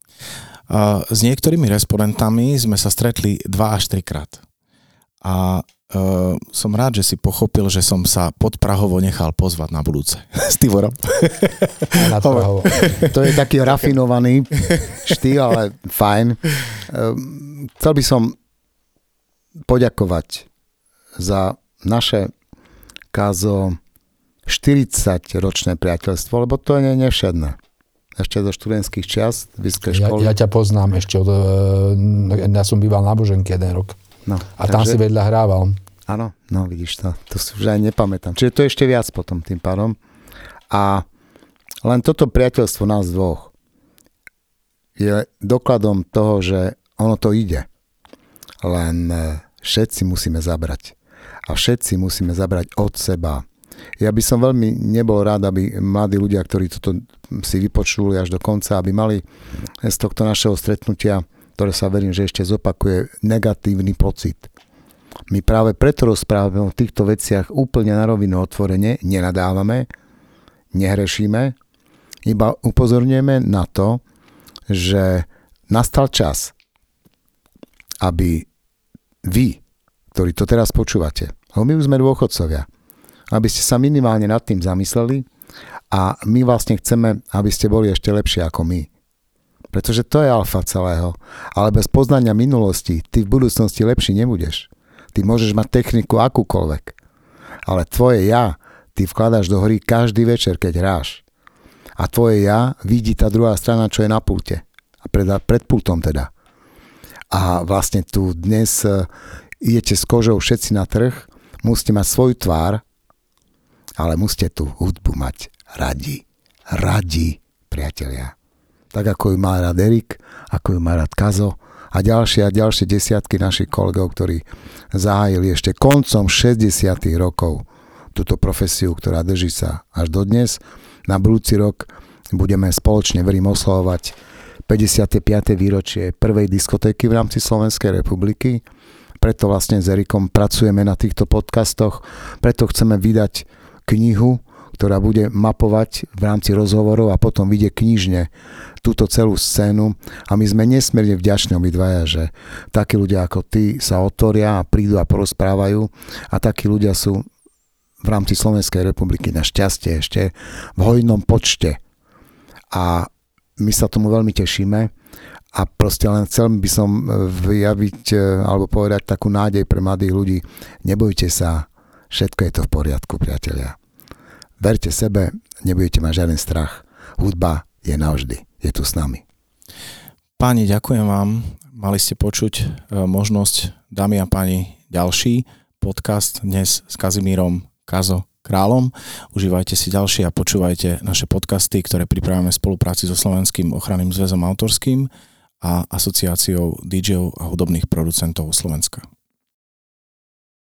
S niektorými respondentami sme sa stretli 2 až 3 krát. A som rád, že si pochopil, že som sa podprahovo nechal pozvať na budúce s Tiborom. To je taký rafinovaný štýl, ale fajn. Chcel by som poďakovať za naše, Kázo, 40-ročné priateľstvo, lebo to je nevšedné. Ešte zo študentských čias, vysokej školy. Ja ťa poznám ešte ja som býval na Boženke 1 rok. No, a tam si vedľa hrával. Áno, no vidíš to si už aj nepamätám. Čiže to je ešte viac potom tým pádom. A len toto priateľstvo nás dvoch je dokladom toho, že ono to ide. Len všetci musíme zabrať. A všetci musíme zabrať od seba. Ja by som veľmi nebol rád, aby mladí ľudia, ktorí toto si vypočuli až do konca, aby mali z tohto našeho stretnutia, ktoré sa verím, že ešte zopakuje, negatívny pocit. My práve preto rozprávame o týchto veciach úplne na rovinu otvorene, nenadávame, nehrešíme, iba upozorňujeme na to, že nastal čas, aby vy, ktorí to teraz počúvate, lebo my už sme dôchodcovia, aby ste sa minimálne nad tým zamysleli a my vlastne chceme, aby ste boli ešte lepšie ako my. Pretože to je alfa celého. Ale bez poznania minulosti ty v budúcnosti lepší nebudeš. Ty môžeš mať techniku akúkoľvek. Ale tvoje ja ty vkladáš do hry každý večer, keď hráš. A tvoje ja vidí tá druhá strana, čo je na pulte. A pred pultom teda. A vlastne tu dnes idete s kožou všetci na trh, musíte mať svoju tvár, ale musíte tú hudbu mať radi. Radi, priatelia. Tak ako ju má rád Erik, ako ju má rád Kazo a ďalšie desiatky našich kolegov, ktorí zahájili ešte koncom 60. rokov túto profesiu, ktorá drží sa až dodnes. Na budúci rok budeme spoločne, verím, oslavovať 55. výročie prvej diskotéky v rámci Slovenskej republiky. Preto vlastne s Erikom pracujeme na týchto podcastoch, preto chceme vydať knihu, ktorá bude mapovať v rámci rozhovorov a potom vyjde knižne túto celú scénu a my sme nesmierne vďační obidvaja, že takí ľudia ako ty sa otvoria a prídu a porozprávajú a takí ľudia sú v rámci Slovenskej republiky na šťastie ešte v hojnom počte. A my sa tomu veľmi tešíme a proste len chcel by som vyjaviť alebo povedať takú nádej pre mladých ľudí. Nebojte sa, všetko je to v poriadku, priatelia. Verte sebe, nebudete mať žiaden strach. Hudba je navždy, je tu s nami. Páni, ďakujem vám. Mali ste počuť možnosť, dámy a páni, ďalší podcast dnes s Kazimírom Kazo Králom. Užívajte si ďalšie a počúvajte naše podcasty, ktoré pripravujeme v spolupráci so Slovenským ochranným zväzom autorským a asociáciou DJov a hudobných producentov Slovenska.